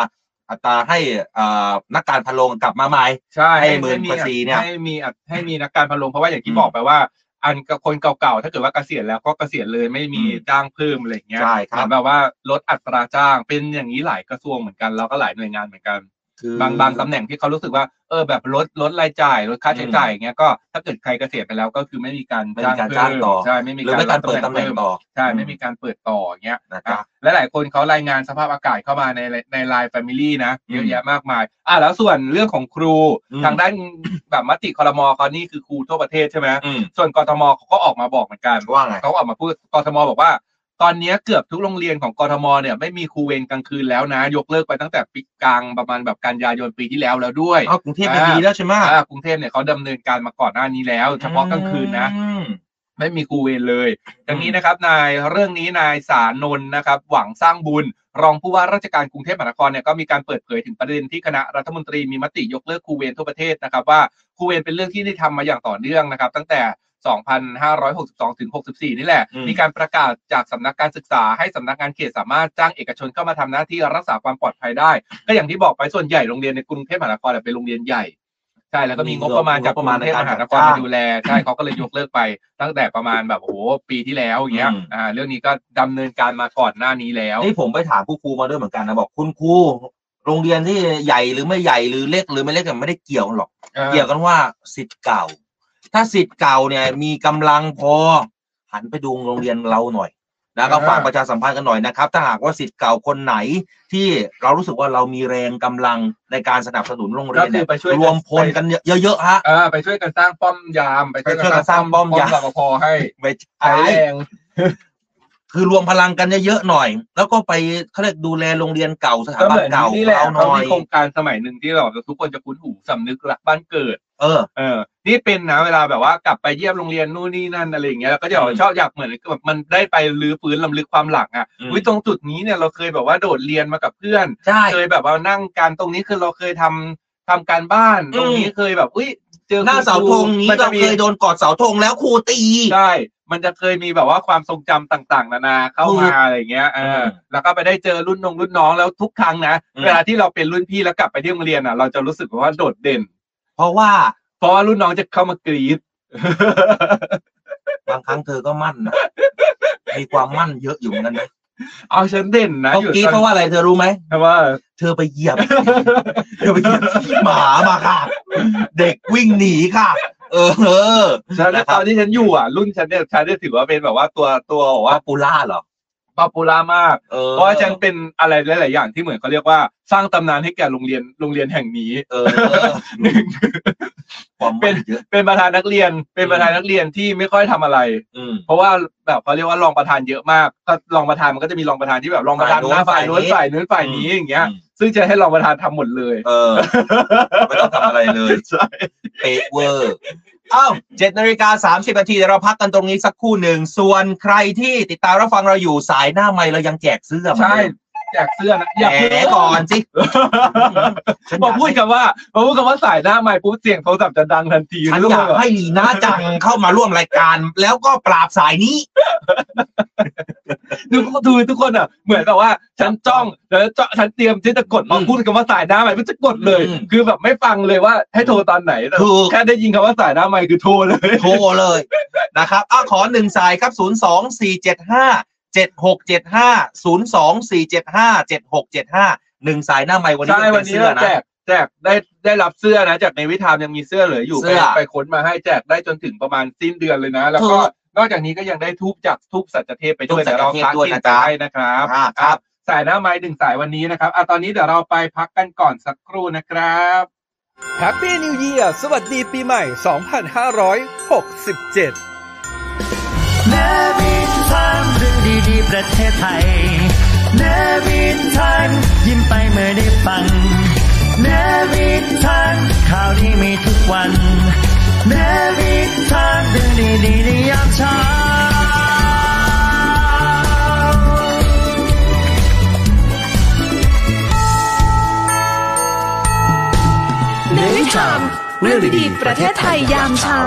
อัตราให้นักการพะโล้กลับมาใหม่ใช่ให้10,000 เนี่ยให้มีนักการพะโล้เพราะว่าอย่างที่บอกไปว่าอันกับคนเก่าๆถ้าเกิดว่าเกษียณแล้วก็เกษียณเลยไม่มีจ้างเพิ่มอะไรอย่างเงี้ยใช่ครับแบบว่าลดอัตราจ้างเป็นอย่างนี้หลายกระทรวงเหมือนกันแล้วก็หลายหน่วยงานเหมือนกันบางตำแหน่งที่เขารู้สึกว่าแบบลดรายจ่ายลดค่าใช้จ่ายอย่างเงี้ยก็ถ้าเกิดใครเกษียณไปแล้วก็คือไม่มีการจ้างต่อใช่ไม่มีการเปิดตำแหน่งต่อใช่ไม่มีการเปิดต่ออย่างเงี้ยนะครับและหลายคนเขารายงานสภาพอากาศเข้ามาในไลน์ Family นะเยอะแยะมากมายแล้วส่วนเรื่องของครูทางด้านแบบมติครม.เขานี่คือครูทั่วประเทศใช่ไหมส่วนกทม.เขาก็ออกมาบอกเหมือนกันว่าไงเขาออกมาพูดกทม.บอกว่าตอนนี้เกือบทุกโรงเรียนของกทม.เนี่ยไม่มีครูเวรกลางคืนแล้วนะยกเลิกไปตั้งแต่ปีกลางประมาณแบบกันยายนปีที่แล้วด้วยกรุงเทพมีแล้วใช่ไหมกรุงเทพเนี่ยเขาดำเนินการมาก่อนหน้านี้แล้วเฉพาะกลางคืนนะไม่มีครูเวรเลยดังนี้นะครับเรื่องนี้นายสานนท์นะครับหวังสร้างบุญรองผู้ว่าราชการกรุงเทพมหานครเนี่ยก็มีการเปิดเผยถึงประเด็นที่คณะรัฐมนตรีมีมติยกเลิกครูเวรทั่วประเทศนะครับว่าครูเวรเป็นเรื่องที่ได้ทำมาอย่างต่อเนื่องนะครับตั้งแต่2562 ถึง 64 นี่แหละมีการประกาศจากสำนักการศึกษาให้สำนักงานเขตสามารถจ้างเอกชนเข้ามาทำหน้าที่รักษาความปลอดภัยได้ก็อย่างที่บอกไปส่วนใหญ่โรงเรียนในกรุงเทพมหานครเป็นโรงเรียนใหญ่ใช่แล้วก็มีงบประมาณจากกรุงเทพมหานครมาดูแลใช่เขาก็เลยยกเลิกไปตั้งแต่ประมาณแบบปีที่แล้วอย่างเงี้ยเรื่องนี้ก็ดำเนินการมาก่อนหน้านี้แล้วนี่ผมไปถามผู้ครูมาด้วยเหมือนกันนะบอกคุณครูโรงเรียนที่ใหญ่หรือไม่ใหญ่หรือเล็กหรือไม่เล็กกันไม่ได้เกี่ยวหรอกเกี่ยวกันว่าศิษย์เก่าถ้าศิษย์เก่าเนี่ยมีกำลังพอหันไปดูโรงเรียนเราหน่อยนะก็ฝากประชาสัมพันธ์กันหน่อยนะครับถ้าหากว่าศิษย์เก่าคนไหนที่เรารู้สึกว่าเรามีแรงกำลังในการสนับสนุนโรงเรียนรวมพลกันเยอะๆฮะไปช่วยกันสร้างป้อมยามไปช่วยกันสร้างป้อมรปภให้ไม่ใช่แรงคือรวมพลังกันเยอะๆหน่อยแล้วก็ไปเขาเรียกดูแลโรงเรียนเก่าสถาบันเก่าเราหน่อยโครงการสมัยหนึ่งที่เราทุกคนจะคุ้นหูสำนึกรักบ้านเกิดนี่เป็นนะเวลาแบบว่ากลับไปเยี่ยมโรงเรียนนู่นนี่นั่นอะไรอย่างเงี้ยแล้วก็จะชอบอยากเหมือนแบบมันได้ไปรื้อฟื้นรำลึกความหลังอ่ะตรงจุดนี้เนี่ยเราเคยแบบว่าโดดเรียนมากับเพื่อนเคยแบบว่านั่งกันตรงนี้คือเราเคยทำการบ้านตรงนี้เคยแบบเจอหน้าเสาธงนี้เราเคยโดนกอดเสาธงแล้วครูตีใช่มันจะเคยมีแบบว่าความทรงจำต่างๆนานาเข้ามาอะไรเงี้ยแล้วก็ไปได้เจอรุ่นน้องแล้วทุกครั้งนะเวลาที่เราเป็นรุ่นพี่แล้วกลับไปที่โรงเรียนอ่ะเราจะรู้สึกว่าโดดเด่นเพราะว่ารุ่นน้องจะเข้ามากรี๊ดบางครั้งเธอก็มั่นนะมีความมั่นเยอะอยู่เหมือนกันนะเอาฉันเด่นนะอยู่เพราะว่าอะไรเธอรู้ไหมว่าเธอไปเหยียบหมามาค่ะเด็กวิ่งหนีค่ะแล้วตอนที่ฉันอยู่รุ่นฉันเนี่ยถือว่าเป็นแบบว่าตัวว่าปูล่าเหรอป๊อปปูล่ามากเพราะฉันเป็นอะไรหลายๆอย่างที่เหมือนเขาเรียกว่าสร้างตำนานให้แก่โรงเรียนแห่งนี้หนึ่งเป็นประธานนักเรียนที่ไม่ค่อยทำอะไรเพราะว่าแบบเขาเรียกว่ารองประธานเยอะมากก็รองประธานมันก็จะมีรองประธานที่แบบรองประธานหน้าฝ่ายนู้นฝ่ายนี้อย่างเงี้ยซึ่งจะให้รองประธานทำหมดเลยไม่ต้องทำอะไรเลยใช่เป๊ะเวอร์7:30 นาทีเดี๋ยวเราพักกันตรงนี้สักครู่หนึ่งส่วนใครที่ติดตามรับฟังเราอยู่สายหน้าไมค์เรายังแจกเสื้อใช่แจกเสื้อนะอย่าแหมก่อนสิพอพูดคำว่าสายหน้าไมค์ปุ๊บเสียงโทรศัพท์จะดังทันทีฉันอยากให้ลีน่าจังเข้ามาร่วมรายการแล้วก็ปราบสายนี้ทุกคนอ่ะเหมือนแบบว่าฉันจ้องแล้วฉันเตรียมที่จะกดพอพูดคำว่าสายหน้าไมค์มันจะกดเลยคือแบบไม่ฟังเลยว่าให้โทรตอนไหนแค่ได้ยินคำว่าสายหน้าไมค์คือโทรเลยนะครับขอ1สายครับ024757675 024757675 1สายหน้าไมค์วันนี้เป็นเสื้อนะแจกได้รับเสื้อนะจากในวิธามยังมีเสื้อเหลืออยู่ไปค้นมาให้แจกได้จนถึงประมาณสิ้นเดือนเลยนะแล้วก็นอกจากนี้ก็ยังได้ทูบจากทูบสัจเทพไปด้วยแต่เราค้างที่จะให้นะครับสายหน้าไม้1สายวันนี้นะครับตอนนี้เดี๋ยวเราไปพักกันก่อนสักครู่นะครับ Happy New Year สวัสดีปีใหม่ 2567 เนวินทันเรื่องดีๆประเทศไทยเนวินทันยิ้มไปเมื่อได้ฟังเนวินทันข่าวดีมีทุกวันเนวินทันเรื่องดีๆในยามเช้าเนวินทันเรื่องดีๆประเทศไทยยามเช้า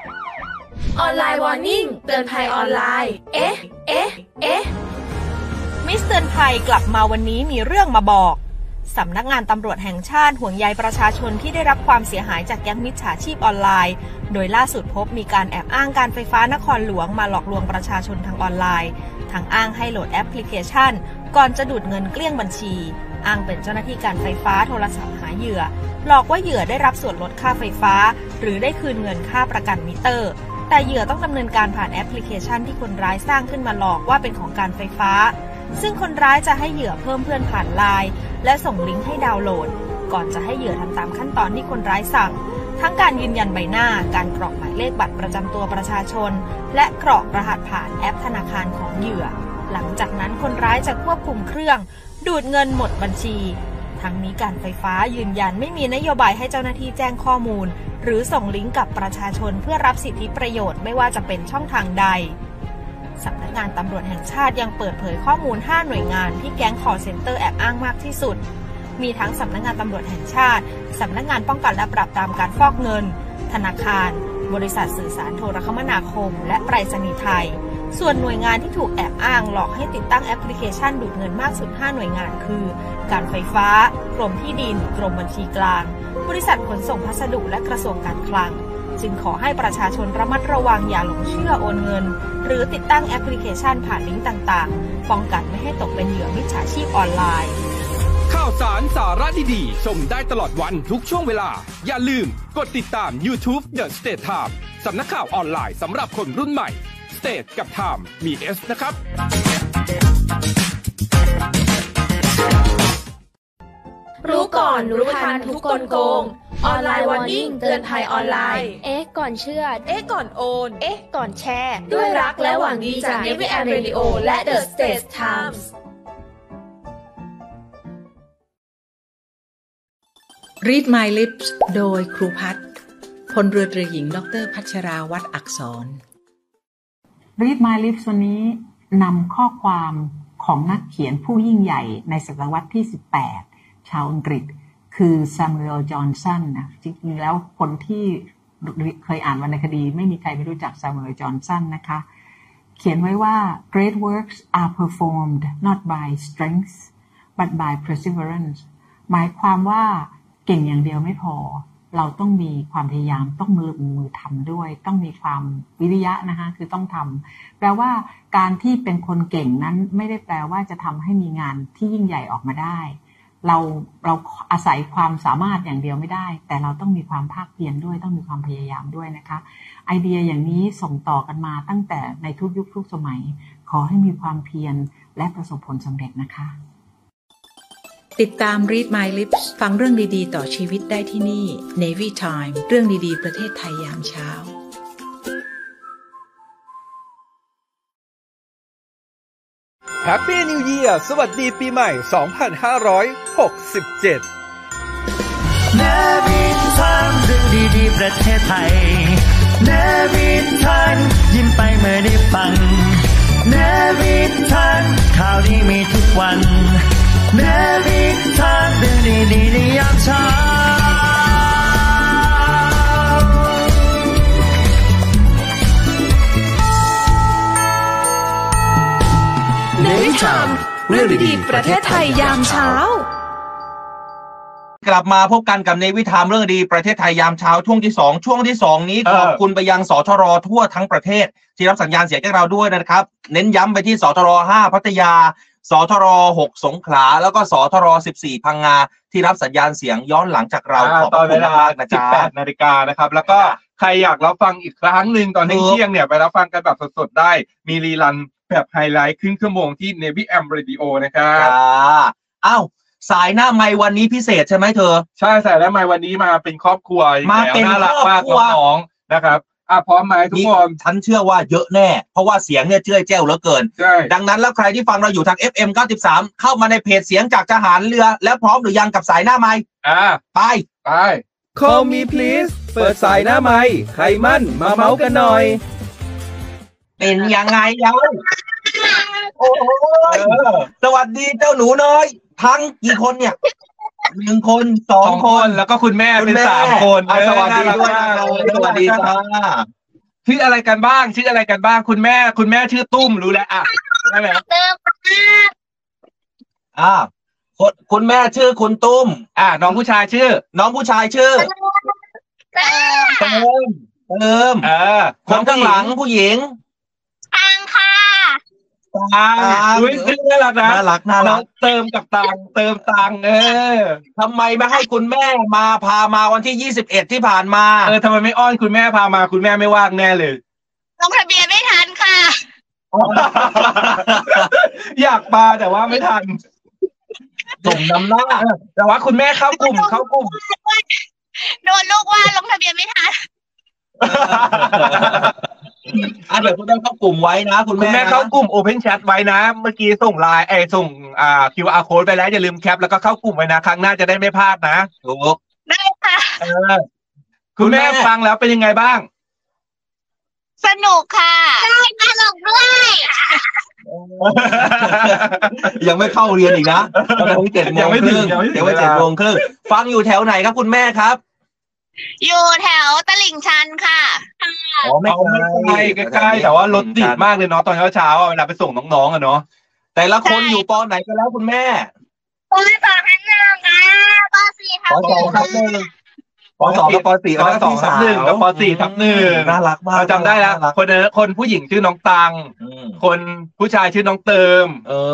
ออนไลน์วอร์นิ่งเตือนภัยออนไลน์มิสเตือนภัยกลับมาวันนี้มีเรื่องมาบอกสำนักงานตำรวจแห่งชาติห่วงใยประชาชนที่ได้รับความเสียหายจากแก๊งมิจฉาชีพออนไลน์โดยล่าสุดพบมีการแอบอ้างการไฟฟ้านครหลวงมาหลอกลวงประชาชนทางออนไลน์ทั้งอ้างให้โหลดแอปพลิเคชันก่อนจะดูดเงินเกลี้ยงบัญชีอ้างเป็นเจ้าหน้าที่การไฟฟ้าโทรศัพท์หาเหยื่อหลอกว่าเหยื่อได้รับส่วนลดค่าไฟฟ้าหรือได้คืนเงินค่าประกันมิเตอร์แต่เหยื่อต้องดำเนินการผ่านแอปพลิเคชันที่คนร้ายสร้างขึ้นมาหลอกว่าเป็นของการไฟฟ้าซึ่งคนร้ายจะให้เหยื่อเพิ่มเพื่อนผ่านไลน์และส่งลิงก์ให้ดาวน์โหลดก่อนจะให้เหยื่อทำตามขั้นตอนที่คนร้ายสั่งทั้งการยืนยันใบหน้าการกรอกหมายเลขบัตรประจำตัวประชาชนและกรอกรหัสผ่านแอปธนาคารของเหยื่อหลังจากนั้นคนร้ายจะควบคุมเครื่องดูดเงินหมดบัญชีทั้งนี้การไฟฟ้ายืนยันไม่มีนโยบายให้เจ้าหน้าที่แจ้งข้อมูลหรือส่งลิงก์กับประชาชนเพื่อรับสิทธิประโยชน์ไม่ว่าจะเป็นช่องทางใดสำนักงานตำรวจแห่งชาติยังเปิดเผยข้อมูล5หน่วยงานที่แก๊ง call center แอบอ้างมากที่สุดมีทั้งสำนักงานตำรวจแห่งชาติสำนักงานป้องกันและปราบปรามการฟอกเงินธนาคารบริษัทสื่อสารโทรคมนาคมและไปรษณีย์ไทยส่วนหน่วยงานที่ถูกแอบอ้างหลอกให้ติดตั้งแอปพลิเคชันดูดเงินมากสุด5หน่วยงานคือการไฟฟ้ากรมที่ดินกรมบัญชีกลางบริษัทขนส่งพัสดุและกระทรวงการคลังจึงขอให้ประชาชนระมัดระวังอย่าหลงเชื่อโอนเงินหรือติดตั้งแอปพลิเคชันผ่านลิงก์ต่างๆป้องกันไม่ให้ตกเป็นเหยื่อมิจฉาชีพออนไลน์ข่าวสารสาระดีๆชมได้ตลอดวันทุกช่วงเวลาอย่าลืมกดติดตาม YouTube The State Time สำนักข่าวออนไลน์สำหรับคนรุ่นใหม่ State กับ Time มี S นะครับรู้ก่อนรู้ทันทุกกลโกงออนไลน์วอร์นิ่งเตือนภัยออนไลน์ก่อนเชื่อก่อนโอนก่อนแชร์ด้วยรักและหวังดีจาก Navy and Radio และ The State Times Read My Lips โดยครูพัฒน์พลเรือตรีหญิงดร.พัชราวัฒน์อักษร Read My Lips วันนี้นำข้อความของนักเขียนผู้ยิ่งใหญ่ในศตวรรษที่18ชาวอังกฤษคือซามูเอล จอห์นสันนะจริงๆแล้วคนที่เคยอ่านวรรณคดีไม่มีใครไม่รู้จักซามูเอล จอห์นสันนะคะเขียนไว้ว่า Great works are performed not by strength but by perseverance หมายความว่าเก่งอย่างเดียวไม่พอเราต้องมีความพยายามต้องมือทำด้วยต้องมีความวิริยะนะคะคือต้องทำแปลว่าการที่เป็นคนเก่งนั้นไม่ได้แปลว่าจะทำให้มีงานที่ยิ่งใหญ่ออกมาได้เราอาศัยความสามารถอย่างเดียวไม่ได้แต่เราต้องมีความภาคเพียรด้วยต้องมีความพยายามด้วยนะคะไอเดียอย่างนี้ส่งต่อกันมาตั้งแต่ในทุกยุคทุกสมัยขอให้มีความเพียรและประสบผลสำเร็จนะคะติดตาม Read My Lips ฟังเรื่องดีๆต่อชีวิตได้ที่นี่ Navy Time เรื่องดีๆประเทศไทยยามเช้า Happy New Year สวัสดีปีใหม่ 2567 Navy Time เรื่องดีๆประเทศไทย Navy Time ยิ้มไปเมื่อได้ฟัง Navy Time ข่าวดีมีทุกวันเนวิทานเรื่องดีๆในยามเช้าเนวิทามเรื่องดีๆประเทศไทยยามเช้ากลับมาพบกันกับเนวิทามเรื่องดีประเทศไทยยามเช้าช่วงที่2นี้ขอบคุณไปยังสทรทั่วทั้งประเทศที่รับสัญญาณเสียงจากเราด้วยนะครับเน้นย้ำไปที่สทร5พัทยาสทร6สงขลาแล้วก็สทร14พังงาที่รับสัญญาณเสียงย้อนหลังจากเราขอบคุณมากนะจ๊ะ 18 นาฬิกานะครับแล้วก็ใครอยากรับฟังอีกครั้งหนึ่งตอนเที่ยงเนี่ยไปรับฟังกันแบบสดๆได้มีรีลันแบบไฮไลท์ครึ่งชั่วโมงที่ Navy AM Radio นะครับอ้าวสายหน้าไมค์วันนี้พิเศษใช่ไหมเธอใช่สายหน้าไมค์วันนี้มาเป็นครอบครัวมาเป็นน่ารักมากน้องๆนะครับพร้อมไหมทุกคนฉันเชื่อว่าเยอะแน่เพราะว่าเสียงเนี่ยเจ้ยแจ้วเหลือเกินดังนั้นแล้วใครที่ฟังเราอยู่ทาง FM 93เข้ามาในเพจเสียงจากทหารเรือแล้วพร้อมหรือยังกับสายหน้าไมค์ไป Call me please เปิดสายหน้าไมค์ใครมั่นมาเมาส์กันหน่อยเป็นยังไงแล้วโอ้ยสวัสดีเจ้าหนูน้อยทั้งกี่คนเนี่ย1คน2คนแล้วก็คุณแม่เป็น3คนสวัสดีด้วยสวัสดีค่ะชื่ออะไรกันบ้างคุณแม่ชื่อตุ้มรู้แล้วนั่นแหละคุณแม่ชื่อคุณตุ้มน้องผู้ชายชื่อเติมคนข้างหลังผู้หญิงตังค่ะอุ้ยชื่อน่ารักนะน่ารักเติมกับตังเติมตังทำไมไม่ให้คุณแม่พามาวันที่21ที่ผ่านมาทำไมไม่อ้อนคุณแม่พามาคุณแม่ไม่ว่างแน่เลยลงทะเบียนไม่ทันค่ะอยากมาแต่ว่าไม่ทันส่งนำหน้าแต่ว่าคุณแม่เข้ากลุ่มโดนลูกว่าลงทะเบียนไม่ทันเดี๋ยวคุณแม่เข้ากลุ่มไว้นะคุณแม่เข้ากลุ่ม Open Chat ไว้นะเมื่อกี้ส่งไลน์ส่งQR code ไปแล้วอย่าลืมแคปแล้วก็เข้ากลุ่มไว้นะครั้งหน้าจะได้ไม่พลาดนะถูกได้ค่ะคุณแม่ฟังแล้วเป็นยังไงบ้างสนุกค่ะสนุกด้วยยังไม่เข้าเรียนอีกนะตอนนี้7 โมงครึ่งเดี๋ยว7 โมงครึ่งฟังอยู่แถวไหนครับคุณแม่ครับอยู่แถวตลิ่งชันค่ะไม่ใกล้แต่ว่ารถติดมากเลยเนาะตอนเช้าเวลาไปส่งน้องๆเนาะแต่ละคนอยู่ป.ไหนกันแล้วคุณแม่ป.2 ทับ 1ค่ะป.4 ทับ 1ป.2 กับป.4 ป.2 ทับ 1กับป.4 ทับ 1 น่ารักมากจำได้แล้วคนผู้หญิงชื่อน้องตังคนผู้ชายชื่อน้องเติม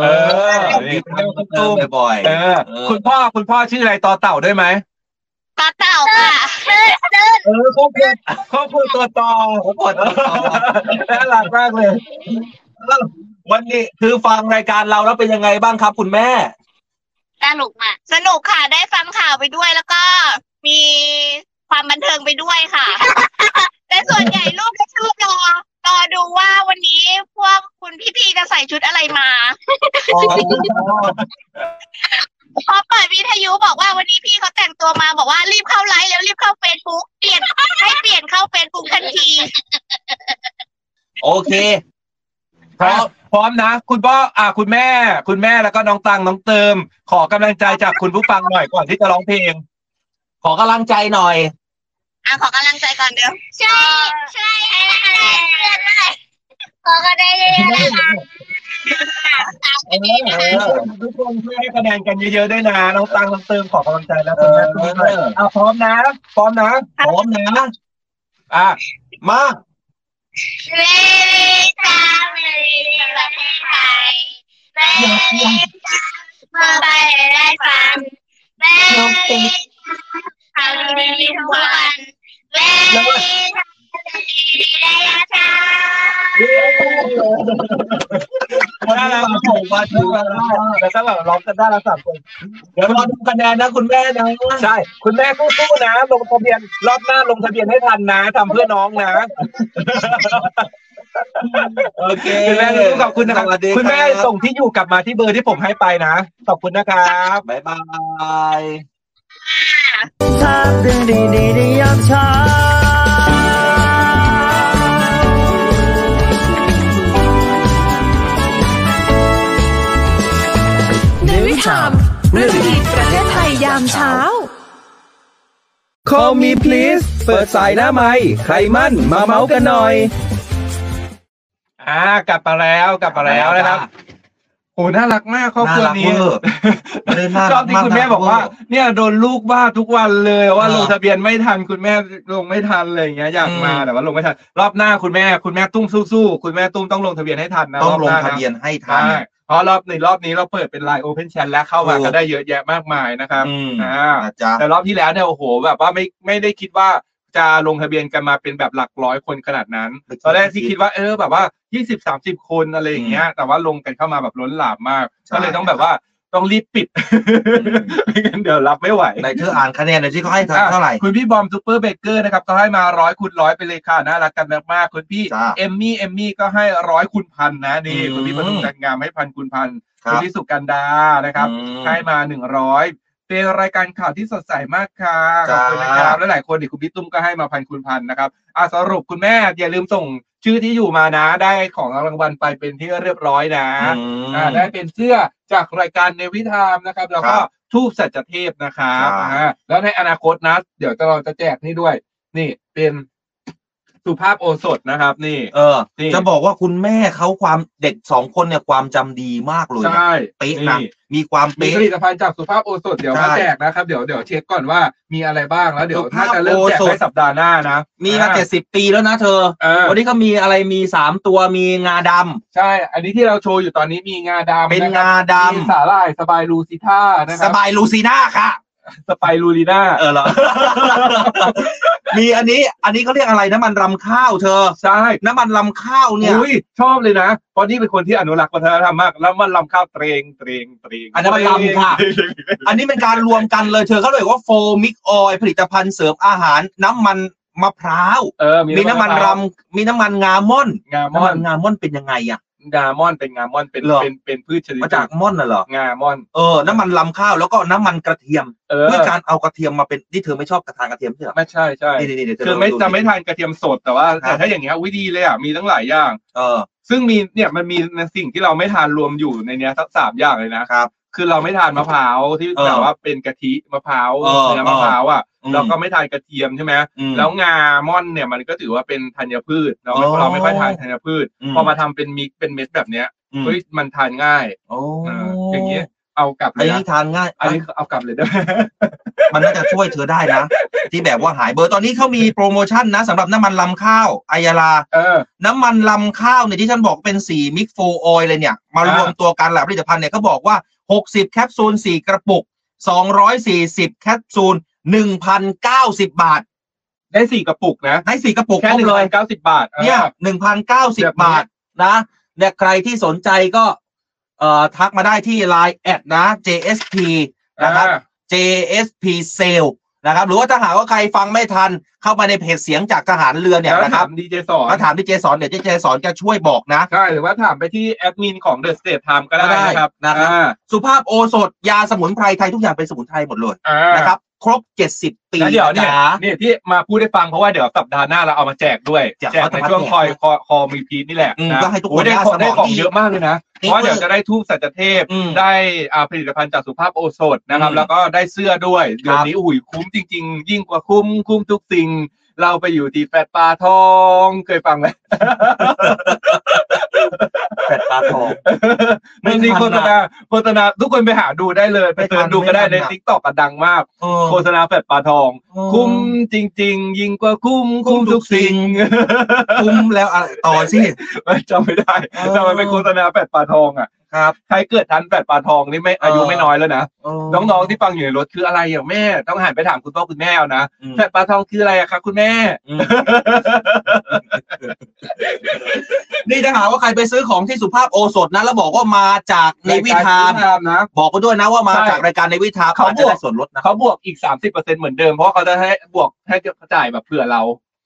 บ่อยคุณพ่อชื่ออะไรต่อเต่าด้วยไหมต่อเต่าค่ะครอบครัวตัวต่อน่ารักมากเลยวันนี้คือฟังรายการเราแล้วเป็นยังไงบ้างครับคุณแม่สนุกค่ะได้ฟังข่าวไปด้วยแล้วก็มีความบันเทิงไปด้วยค่ะแต่ส่วนใหญ่ลูกก็ชอบรอดูว่าวันนี้พวกคุณพี่ๆจะใส่ชุดอะไรมาพอเปิดวิทยุบอกว่าวันนี้พี่เขาแต่งตัวมาบอกว่ารีบเข้าไลฟ์แล้วรีบเข้าเฟซบุ๊กเปลี่ยนเข้าเฟซบุ๊กทันทีโอเคพร้อมนะคุณพ่อคุณแม่แล้วก็น้องตังน้องเติมขอกำลังใจจากคุณผู้ฟังหน่อยก่อนที่จะร้องเพลงขอกำลังใจหน่อยขอกำลังใจก่อนเดี๋ยวใช่ขอกำลังใจนะคะทุกคนช่วยให้คะแนนกันเยอะๆด้วยนะน้องตังน้องเติมขอกำลังใจแล้วคุณแม่ด้วยพร้อมนะมาเวทาเวรีประเทศไทยเมื่อไปได้ฟังข่าวดีๆทุกวันเวทาได้ยาชาน่ารักมาถูกแล้วก็แบบร้องกันได้ละ3 คนเดี๋ยวรอดูคะแนนนะคุณแม่นะใช่คุณแม่สู้ๆนะลงทะเบียนรอบหน้าลงทะเบียนให้ทันนะทำเพื่อน้องนะโอเคคุณแม่ขอบคุณนะครับคุณแม่ส่งที่อยู่กลับมาที่เบอร์ที่ผมให้ไปนะขอบคุณนะครับบ๊ายบายทำเรื่องดีๆในยามเช้าเรื่องดีประเทศไทยยามเช้า Call me please เปิดสายหน้าไมค์ใครมั่นมาเมาส์กันหน่อยกลับมาแล้วนะครับโหน่ารักมากครอบครัวนี้ชอบที่คุณแม่บอกว่าเนี่ยโดนลูกว่าทุกวันเลยว่าลงทะเบียนไม่ทันคุณแม่ลงไม่ทันอะไรอย่างเงี้ยอยากมาแต่ว่าลงไม่ทันรอบหน้าคุณแม่ตุ้มสู้ๆคุณแม่ตุ้มต้องลงทะเบียนให้ทันนะต้องลงทะเบียนให้ทันเพราะรอบนี้เราเปิดเป็น Line Open Chat แล้วเข้ามาก็ได้เยอะแยะมากมายนะครับแต่รอบที่แล้วเนี่ยโอ้โหแบบว่าไม่ได้คิดว่าจะลงทะเบียนกันมาเป็นแบบหลักร้อยคนขนาดนั้นตอนแรกที่คิดว่าแบบว่า20-30 คนอะไรอย่างเงี้ยแต่ว่าลงกันเข้ามาแบบล้นหลามมากก็เลยต้องแบบว่าต้องรีบปิดไม่งั้นเดี๋ยวรับไม่ไหวในเธออ่านคะแนนหน่อยที่เขาให้เท่าไหร่คุณพี่บอมซูเปอร์เบเกอร์นะครับก็ให้มา100 คูณ 100ไปเลยค่ะน่ารักกันมากๆคุณพี่เอมมี่ก็ให้100 คูณ 1,000นะนี่คุณพี่ประทุมจันงามให้1,000 คูณ 1,000คุณพี่สุกันดานะครับให้มา100เป็นรายการข่าวที่สดใสมากค่ะขอบคุณนะครับและหลายคนอีกคุณพี่ตุ้มก็ให้มา1,000 คูณ 1,000นะครับสรุปคุณแม่อย่าลืมส่งชื่อที่อยู่มานะได้ของรางวัลไปเป็นที่เรียบร้อยนะได้เป็นเสื้อจากรายการเนวิทามนะครับแล้วก็ทูบสัจเทพนะครับแล้วในอนาคตนะเดี๋ยวเราจะแจกนี่ด้วยนี่เป็นสุภาพโอสถนะครับนี่จะบอกว่าคุณแม่เขาความเด็ก2 คนเนี่ยความจำดีมากเลยใช่เป๊ะนะมีความเป๊ะผลิตภัณฑ์จากสุภาพโอสถเดี๋ยวมาแจกนะครับเดี๋ยวเช็คก่อนว่ามีอะไรบ้างแล้วเดี๋ยวน่าจะเริ่มแจกในสัปดาห์หน้านะมีมา70 ปีแล้วนะเธอวันนี้เขามีอะไรมี3 ตัวมีงาดำใช่อันนี้ที่เราโชว์อยู่ตอนนี้มีงาดำเป็นงาดำมีสาหร่ายสบายลูซิท่านะครับสบายลูซีน่าค่ะสไปรูลีน่าเหรอ มีอันนี้เขาเรียกอะไรน้ำมันรำข้าวเธอใช่น้ำมันรำข้าวเนี่ยชอบเลยนะเพราะนี่เป็นคนที่อนุรักษ์วัฒนธรรมมากแล้วมันรำข้าวเตรงอันนั้นมันรำค่ะอันนี้เป็นการรวมกันเลยเธอเขาเลยว่าโฟมิกออยผลิตภัณฑ์เสริมอาหารน้ำมันมะพร้าวมีน้ำมันรำมีน้ำมันงาม่อนน้ำมันงาม่อนเป็นยังไงอะงาม่อนเป็นพืชชนิดมาจากม่อนน่ะเหรองาม่อนน้ำมันลำข้าวแล้วก็น้ำมันกระเทียมเพื่อการเอากระเทียมมาเป็นที่เธอไม่ชอบทานกระเทียมใช่ไหมไม่ใช่นี่คือไม่ทานกระเทียมสดแต่ว่าถ้าอย่างเงี้ยวิธีเลยอ่ะมีทั้งหลายอย่างซึ่งมีเนี่ยมันมีสิ่งที่เราไม่ทานรวมอยู่ในเนี้ยทั้ง3 อย่างเลยนะครับคือเราไม่ทานมะพร้าวที่แบบว่าเป็นกะทิมะพร้าวเนื้อมะพร้าวอ่ะเราก็ไม่ทานกระเทียมใช่ไหมแล้วงาม่อนเนี่ยมันก็ถือว่าเป็นธัญพืชเราไม่ค่อยทานธัญพืชพอมาทำเป็นมิกเป็นเม็ดแบบเนี้ยเฮ้ยมันทานง่ายอย่างเงี้ยเอากลับเลยนะทานง่ายอันนี้เอากลับเลยได้มันน่าจะช่วยเธอได้นะที่แบบว่าหายเบอร์ตอนนี้เขามีโปรโมชั่นนะสำหรับน้ำมันลำข้าวไอยาลาน้ำมันลำข้าวเนี่ยที่ท่านบอกเป็น4มิกโฟออยเลยเนี่ยมารวมตัวกันแหละผลิตภัณฑ์เนี่ยเขาบอกว่า60 แคปซูล4 กระปุก240 แคปซูล 1,090 บาทได้4 กระปุกนะได้4 กระปุกแค่1,090 บาทเนี่ย 1,090 บาทนะเนี่ยใครที่สนใจก็ทักมาได้ที่ LINE แอดนะ JSP นะครับ JSP Sale นะครับหรือว่าถ้าหากว่าใครฟังไม่ทันเข้ามาในเพจเสียงจากทหารเรือเนี่ยนะครับดีเจสอนถามดีเจสอนเดี๋ยวดีเจสอนจะช่วยบอกนะใช่หรือว่าถามไปที่แอดมินของ The State Time ก็ได้นะครับสุภาพโอสถยาสมุนไพรไทยทุกอย่างเป็นสมุนไพรหมดเลยนะครับครบ70 ปีเดี๋ยวเนี่ยที่มาพูดให้ฟังเพราะว่าเดี๋ยวสัปดาห์หน้าเราเอามาแจกด้วยแจกในช่วงคอมีพีนี่แหละก็ให้ทุกคนได้ของเยอะมากเลยนะเพราะเดี๋ยวจะได้ทูบสัจเทพได้ผลิตภัณฑ์จากสุภาพโอสถนะครับแล้วก็ได้เสื้อด้วยเดือนนี้คุ้มจริงๆยิ่งกว่าคุ้มทุกสิ่งเราไปอยู่ที่แฟดปลาทองเคยฟังไหมแฟดปลาทองไม่จริงโฆษณาทุกคนไปหาดูได้เลยไปเสิร์ชดูก็ได้ใน TikTok ก็ดังมากโฆษณาแฟดปลาทองคุ้มจริงๆยิ่งกว่าคุ้มทุกสิ่งคุ้มแล้วต่อสิจำไม่ได้ทำไมเป็นโฆษณาแฟดปลาทองอ่ะครับใครเกิดทันแฟดปลาทองนี่ไม่อายุไม่น้อยแล้วนะน้องๆที่ฟังอยู่ในรถคืออะไรอย่างแม่ต้องหันไปถามคุณพ่อคุณแม่นะแฟดปลาทองคืออะไรอะครับคุณแม่นี่ถ้าหากว่าใครไปซื้อของที่สุภาพโอสถนะแล้วบอกว่ามาจากในวิธามนะบอกก็ด้วยนะว่ามาจากรายการในวิธามเขาจะได้ส่วนลดนะเขาบวกอีก 30% เหมือนเดิมเพราะเขาจะให้บวกให้จ่ายแบบเผื่อเรา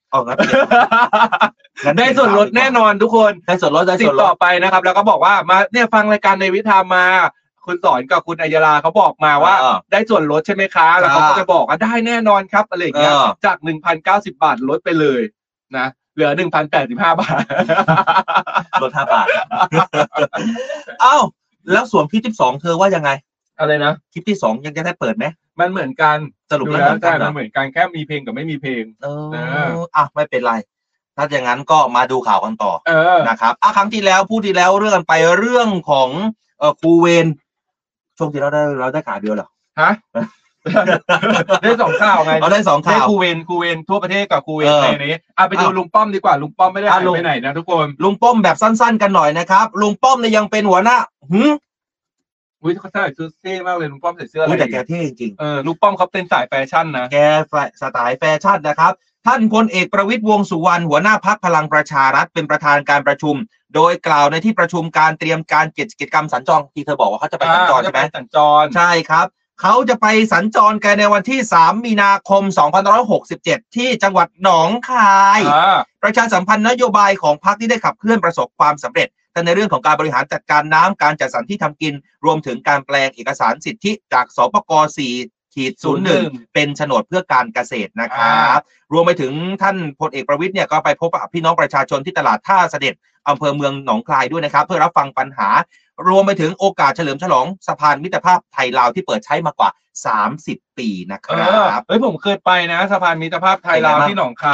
ได้ส่วนลดแน่นอนทุกคนได้ส่วนลดติดต่อไปนะครับแล้วก็บอกว่ามาเนี่ยฟังรายการในวิธามมาคุณสอนกับคุณอัยราเขาบอกมาว่าได้ส่วนลดใช่ไหมคะแล้วเขาก็จะบอกว่าได้แน่นอนครับอะไรอย่างเงี้ยจาก 1,090 บาทลดไปเลยนะเหลือ 1,085 บาทลด5 บาทเอ้าแล้วส่วนคลิปที่2เธอว่ายังไงอะไรนะคลิปที่2ยังจะได้เปิดไหมมันเหมือนกันสรุปแล้วแต่มันเหมือนกันแค่มีเพลงกับไม่มีเพลงไม่เป็นไรถ้าอย่างนั้นก็มาดูข่าวกันต่อนะครับครั้งที่แล้วพูดที่แล้วเรื่องไปเรื่องของครูเวรช่วงที่เราได้ข่าวเดียวเหรอฮะได้2 ข่าวไงเราได้2 ข่าวครูเวรทั่วประเทศกับครูเวรในนี้ไปดูลุงป้อมดีกว่าลุงป้อมไม่ได้ไปไหนนะทุกคนลุงป้อมแบบสั้นๆกันหน่อยนะครับลุงป้อมเนี่ยยังเป็นหัวหน้าเขาใส่เสื้อเท่มากเลยลุงป้อมใส่เสื้ออะไรแต่แกเท่จริงลุงป้อมเขาเป็นสายแฟชั่นนะแกสไตล์แฟชั่นนะครับท่านพลเอกประวิตรวงษ์สุวรรณหัวหน้าพรรคพลังประชารัฐเป็นประธานการประชุมโดยกล่าวในที่ประชุมการเตรียมการกิจกรรมสัญจรที่เธอบอกว่าเขาจะไปสัญจรใช่ไหมสัญจรใช่ครับเขาจะไปสัญจรกันในวันที่3 มีนาคม 2567ที่จังหวัดหนองคายประชาสัมพันธ์นโยบายของพรรคที่ได้ขับเคลื่อนประสบความสำเร็จแต่ในเรื่องของการบริหารจัดการน้ำการจัดสรรที่ทำกินรวมถึงการแปลงเอกสารสิทธิจากสปก4-01เป็นโฉนดเพื่อการเกษตรนะครับรวมไปถึงท่านพลเอกประวิตรเนี่ยก็ไปพบกับพี่น้องประชาชนที่ตลาดท่าเสด็จอำเภอเมืองหนองคายด้วยนะครับเพื่อรับฟังปัญหารวมไปถึงโอกาสเฉลิมฉลองสะพานมิตรภาพไทยลาวที่เปิดใช้มากว่า30 ปีนะครับผมเคยไปนะสะพานมิตรภาพไทยลาวที่หนองคาย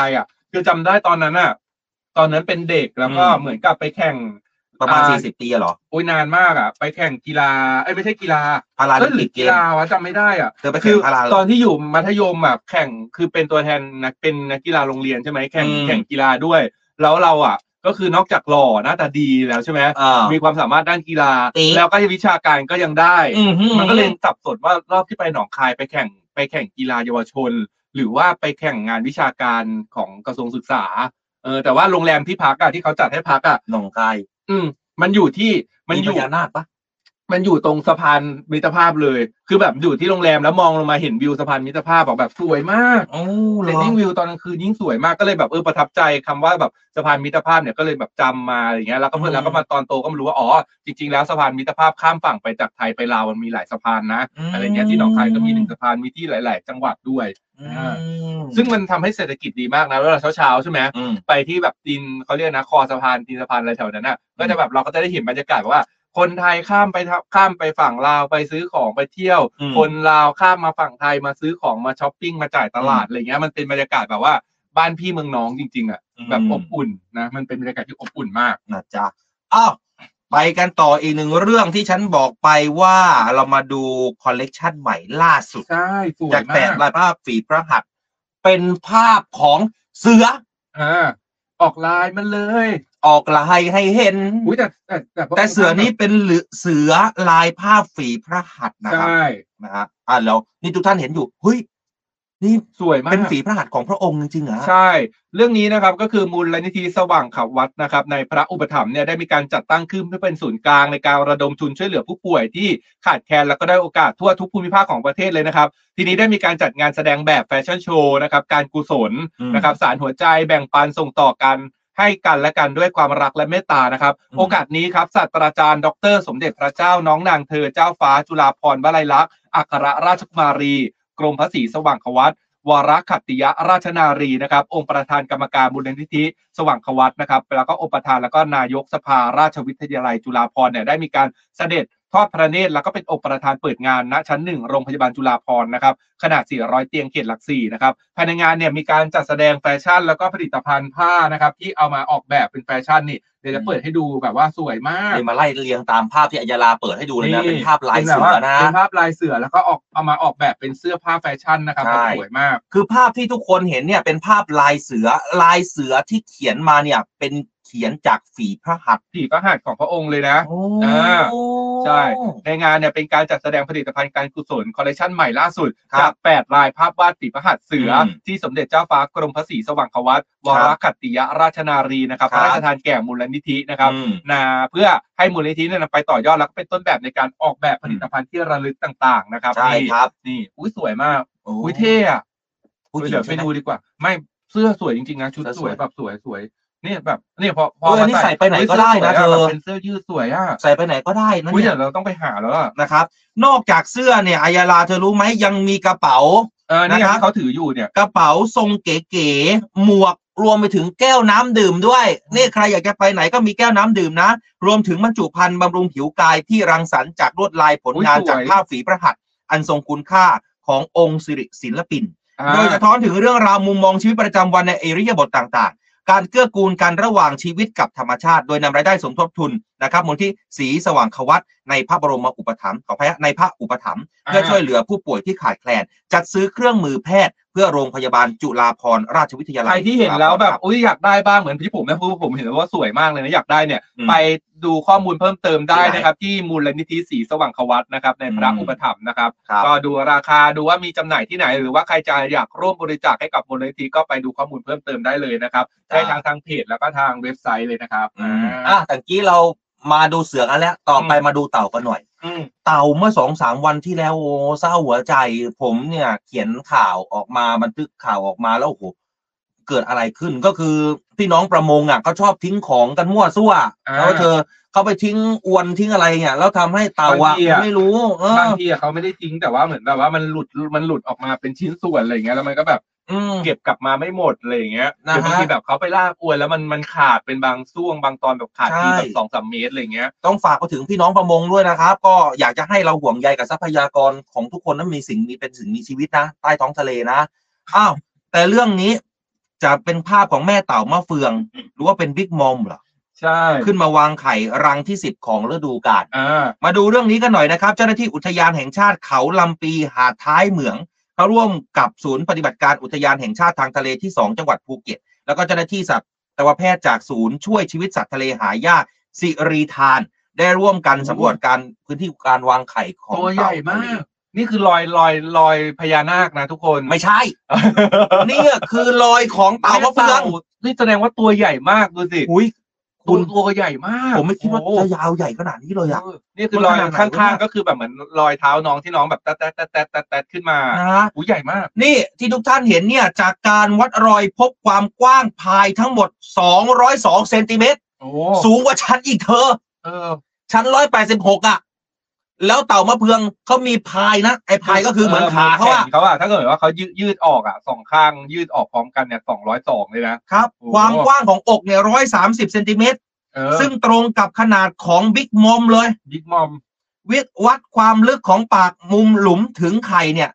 คือจำได้ตอนนั้นเป็นเด็กแล้วก็เหมือนกับไปแข่งประมาณ40 ปีเหรอโอ้ยนานมากไปแข่งกีฬาไม่ใช่กีฬาพาราลิมปิกกีฬาวะจำไม่ได้คือตอนที่อยู่มัธยมแข่งคือเป็นตัวแทนเป็นนักกีฬาโรงเรียนใช่ไหมแข่งกีฬาด้วยแล้วเราก็คือนอกจากหล่อหน้าตาดีแล้วใช่ไหมมีความสามารถด้านกีฬาแล้วก็วิชาการก็ยังได้มันก็เลยสับสนว่ารอบที่ไปหนองคายไปแข่งกีฬาเยาวชนหรือว่าไปแข่งงานวิชาการของกระทรวงศึกษาแต่ว่าโรงแรมที่พักที่เขาจัดให้พักหนองคายมันอยู่ที่มันอยู่พญานาคปะมันอยู่ตรงสะพานมิตรภาพเลยคือแบบอยู่ที่โรงแรมแล้วมองลงมาเห็นวิวสะพานมิตรภาพแบบสวยมากเรนนิ่งวิวตอนกลางคืนยิ่งสวยมากก็เลยแบบประทับใจคำว่าแบบสะพานมิตรภาพเนี่ยก็เลยแบบจำมาอย่างเงี้ยแล้วก็มาตอนโตก็มารู้ว่าอ๋อจริงๆแล้วสะพานมิตรภาพข้ามฝั่งไปจากไทยไปลาวมันมีหลายสะพานนะอะไรเงี้ยที่หนองคายก็มี1 สะพานมีที่หลายๆจังหวัดด้วยซึ่งมันทำให้เศรษฐกิจดีมากนะเวลาเช้าใช่ไหมไปที่แบบตีนเขาเรียกนะคอสะพานตีนสะพานอะไรแถวนั้นก็จะแบบเราก็จะได้เห็นบรรยากาศว่าคนไทยข้ามไปฝั่งลาวไปซื้อของไปเที่ยวคนลาวข้ามมาฝั่งไทยมาซื้อของมาช้อปปิ้งมาจ่ายตลาดอะไรเงี้ยมันเป็นบรรยากาศแบบว่าบ้านพี่เมืองน้องจริงๆแบบอบอุ่นนะมันเป็นบรรยากาศที่อบอุ่นมากนะจ๊ะไปกันต่ออีกหนึ่งเรื่องที่ฉันบอกไปว่าเรามาดูคอลเลกชันใหม่ล่าสุดใช่สวยมากจาก8 ลายภาพฝีพระหัตถ์เป็นภาพของเสือออกลายมันเลยออกลายให้เห็นแต่เสือนี้เป็นเสือลายภาพฝีพระหัตถ์นะครับนะฮะแล้วนี่ทุกท่านเห็นอยู่เฮ้ยนี่สวยมากเป็นฝีพระหัตถ์ของพระองค์จริงๆเหรอใช่เรื่องนี้นะครับก็คือมูลนิธิสว่างขับวัดนะครับในพระอุปถัมภ์เนี่ยได้มีการจัดตั้งขึ้นเพื่อเป็นศูนย์กลางในการระดมทุนช่วยเหลือผู้ป่วยที่ขาดแคลนแล้วก็ได้โอกาสทั่วทุกภูมิภาคของประเทศเลยนะครับทีนี้ได้มีการจัดงานแสดงแบบแฟชั่นโชว์นะครับการกุศลนะครับสารหัวใจแบ่งปันส่งต่อกันให้กันและกันด้วยความรักและเมตตานะครับโอกาสนี้ครับศาสตราจารย์ดร.สมเด็จพระเจ้าน้องนางเธอเจ้าฟ้าจุฬาภรณ์วลัยลักษณ์อัครราชกุมารีกรมพระศรีสว่างควัตรวรขัตติยราชนารีนะครับองค์ประธานกรรมการมูลนิธิสว่างควัตรนะครับแล้วก็องค์ประธานแล้วก็นายกสภาราชวิทยาลัยจุฬาภรณ์เนี่ยได้มีการเสด็จทอดพระเนตรแล้วก็เป็นองค์ประธานเปิดงานณชั้น1โรงพยาบาลจุฬาภรณ์นะครับขนาด400เตียงเขตหลัก4นะครับภายในงานเนี่ยมีการจัดแสดงแฟชั่นแล้วก็ผลิตภัณฑ์ผ้านะครับที่เอามาออกแบบเป็นแฟชั่นนี่เดี๋ยวจะเปิดให้ดูแบบว่าสวยมากมาไล่เรียงตามภาพที่อัยยาลาเปิดให้ดูเลยนะเป็นภาพลายเสือนะเป็นภาพลายเสือแล้วก็เอามาออกแบบเป็นเสื้อผ้าแฟชั่นนะครับสวยมากคือภาพที่ทุกคนเห็นเนี่ยเป็นภาพลายเสือที่เขียนมาเนี่ยเป็นเขียนจากฝีพระหัตถ์ของพระองค์เลยนะใช่ในงานเนี่ยเป็นการจัดแสดงผลิตภัณฑ์การกุศลคอลเลคชันใหม่ล่าสุดจาก8 ลายภาพวาดฝีพระหัตถ์เสือที่สมเด็จเจ้าฟ้ากรมพระศรีสว่างควัตรวรขัตติยราชนารีนะครับพระราชทานแก่มูลนิธินะครับเพื่อให้มูลนิธิเนี่ยไปต่อยอดแล้วก็เป็นต้นแบบในการออกแบบผลิตภัณฑ์ที่ระลึกต่างๆนะครับใช่ครับนี่สวยมากเท่อะเดี๋ยวไปดูดีกว่าไม่เสื้อสวยจริงๆนะชุดสวยแบบสวยนี่แบบนี่พอนี่ใส่ไปไหนก็ได้นะเธอเป็นเสื้อยืดสวยใส่ไปไหนก็ได้นะเนี่ยเราต้องไปหาแล้วนะครับนอกจากเสื้อเนี่ยอัยยาลาเธอรู้ไหมยังมีกระเป๋านะครับเขาถืออยู่เนี่ยกระเป๋าทรงเก๋ๆหมวกรวมไปถึงแก้วน้ำดื่มด้วยนี่ใครอยากจะไปไหนก็มีแก้วน้ำดื่มนะรวมถึงบรรจุภัณฑ์บำรุงผิวกายที่รังสรรค์จากลวดลายผลงานจากภาพฝีพระหัตถ์อันทรงคุณค่าขององค์ศิลปินโดยสะท้อนถึงเรื่องราวมุมมองชีวิตประจำวันในอิริยาบถต่างๆการเกื้อกูลกันระหว่างชีวิตกับธรรมชาติโดยนำรายได้สมทบทุนนะครับมูลที่ศรีสว่างควัตรในพระบรมอุปถัมภ์ในพระอุปถัมภ์เพื่อช่วยเหลือผู้ป่วยที่ขาดแคลนจัดซื้อเครื่องมือแพทย์เพื่อโรงพยาบาลจุฬาภรณ์ราชวิทยาลัยใครที่เห็นแล้วแบบอยากได้บ้างเหมือนที่ผมนะผมเห็นว่าสวยมากเลยนะอยากได้เนี่ยไปดูข้อมูลเพิ่มเติมได้นะครับที่มูลนิธิศรีสว่างควัตรนะครับในพระอุปถัมภ์นะครับก็ดูราคาดูว่ามีจำหน่ายที่ไหนหรือว่าใครจะอยากร่วมบริจาคให้กับมูลนิธิก็ไปดูข้อมูลเพิ่มเติมได้เลยนะครับได้ทางเพจแล้วก็ทางเว็บไซต์เลยนะครับแต่กี้เรามาดูเสือกันแล้วต่อไปมาดูเต่ากันหน่อยเต่าเมื่อ 2-3 วันที่แล้วโอ้เศร้าหัวใจผมเนี่ยเขียนข่าวออกมาบันทึกข่าวออกมาแล้วโอ้โหเกิดอะไรขึ้นก็คือพี่น้องประมงเขาชอบทิ้งของกันมั่วซั่วแล้วเขาไปทิ้งอวนทิ้งอะไรเนี่ยแล้วทำให้เต่าไม่รู้บางทีเขาไม่ได้ทิ้งแต่ว่าเหมือนแบบว่ามันหลุดออกมาเป็นชิ้นส่วนอะไรอย่างเงี้ยแล้วมันก็แบบเก็บกลับมาไม่หมดอะไรอย่างเงี้ยบางทีแบบเขาไปลากอวนแล้วมันขาดเป็นบางช่วงบางตอนแบบขาดที่แบบ2-3 เมตรอะไรเงี้ยต้องฝากไปถึงพี่น้องประมงด้วยนะครับก็อยากจะให้เราห่วงใยกับทรัพยากรของทุกคนนั้นเป็นสิ่งมีชีวิตนะใต้ท้องทะเลนะแต่เรื่องนี้จะเป็นภาพของแม่เต่ามะเฟืองหรือว่าเป็นบิ๊กมอมเหรอใช่ขึ้นมาวางไข่รังที่10ของฤดูกาลมาดูเรื่องนี้กันหน่อยนะครับเจ้าหน้าที่อุทยานแห่งชาติเขาลำปีหาดท้ายเหมืองเขาร่วมกับศูนย์ปฏิบัติการอุทยานแห่งชาติทางทะเลที่2จังหวัดภูเก็ตแล้วก็เจ้าหน้าที่สัตวแพทย์จากศูนย์ช่วยชีวิตสัตว์ทะเลหายากสิริธานได้ร่วมกันสำรวจการพื้นที่การวางไข่ของตัวใหญ่มากนี่คือรอยพญานาคนะทุกคนไม่ใช่ นี่คือรอยของเต่ามะเฟืองนี่แสดงว่าตัวใหญ่มากดูสิคุณตัวใหญ่มากผมไม่คิดว่าจะยาวใหญ่ขนาดนี้เลยอ่ะนี่คือรอยข้างๆก็คือแบบเหมือนรอยเท้าน้องที่น้องแบบแตะขึ้นมาใหญ่มากนี่ที่ทุกท่านเห็นเนี่ยจากการวัดรอยพบความกว้างพายทั้งหมด202เซนติเมตรสูงกว่าชั้นอีกเธอชั้น186อ่ะแล้วเต่ามะเฟืองเขามีพายนะไอ้พายก็คือเหมือนขาเขาอะถ้าเกิดว่าเขายืดออกอ่ะ2ข้างยืดออกพร้อมกันเนี่ย202เลยนะครับความกว้างของอกเนี่ย130เซนติเมตรซึ่งตรงกับขนาดของบิ๊กมอมเลยบิ๊กมอมวัดความลึกของปากมุมหลุมถึงไข่เนี่ย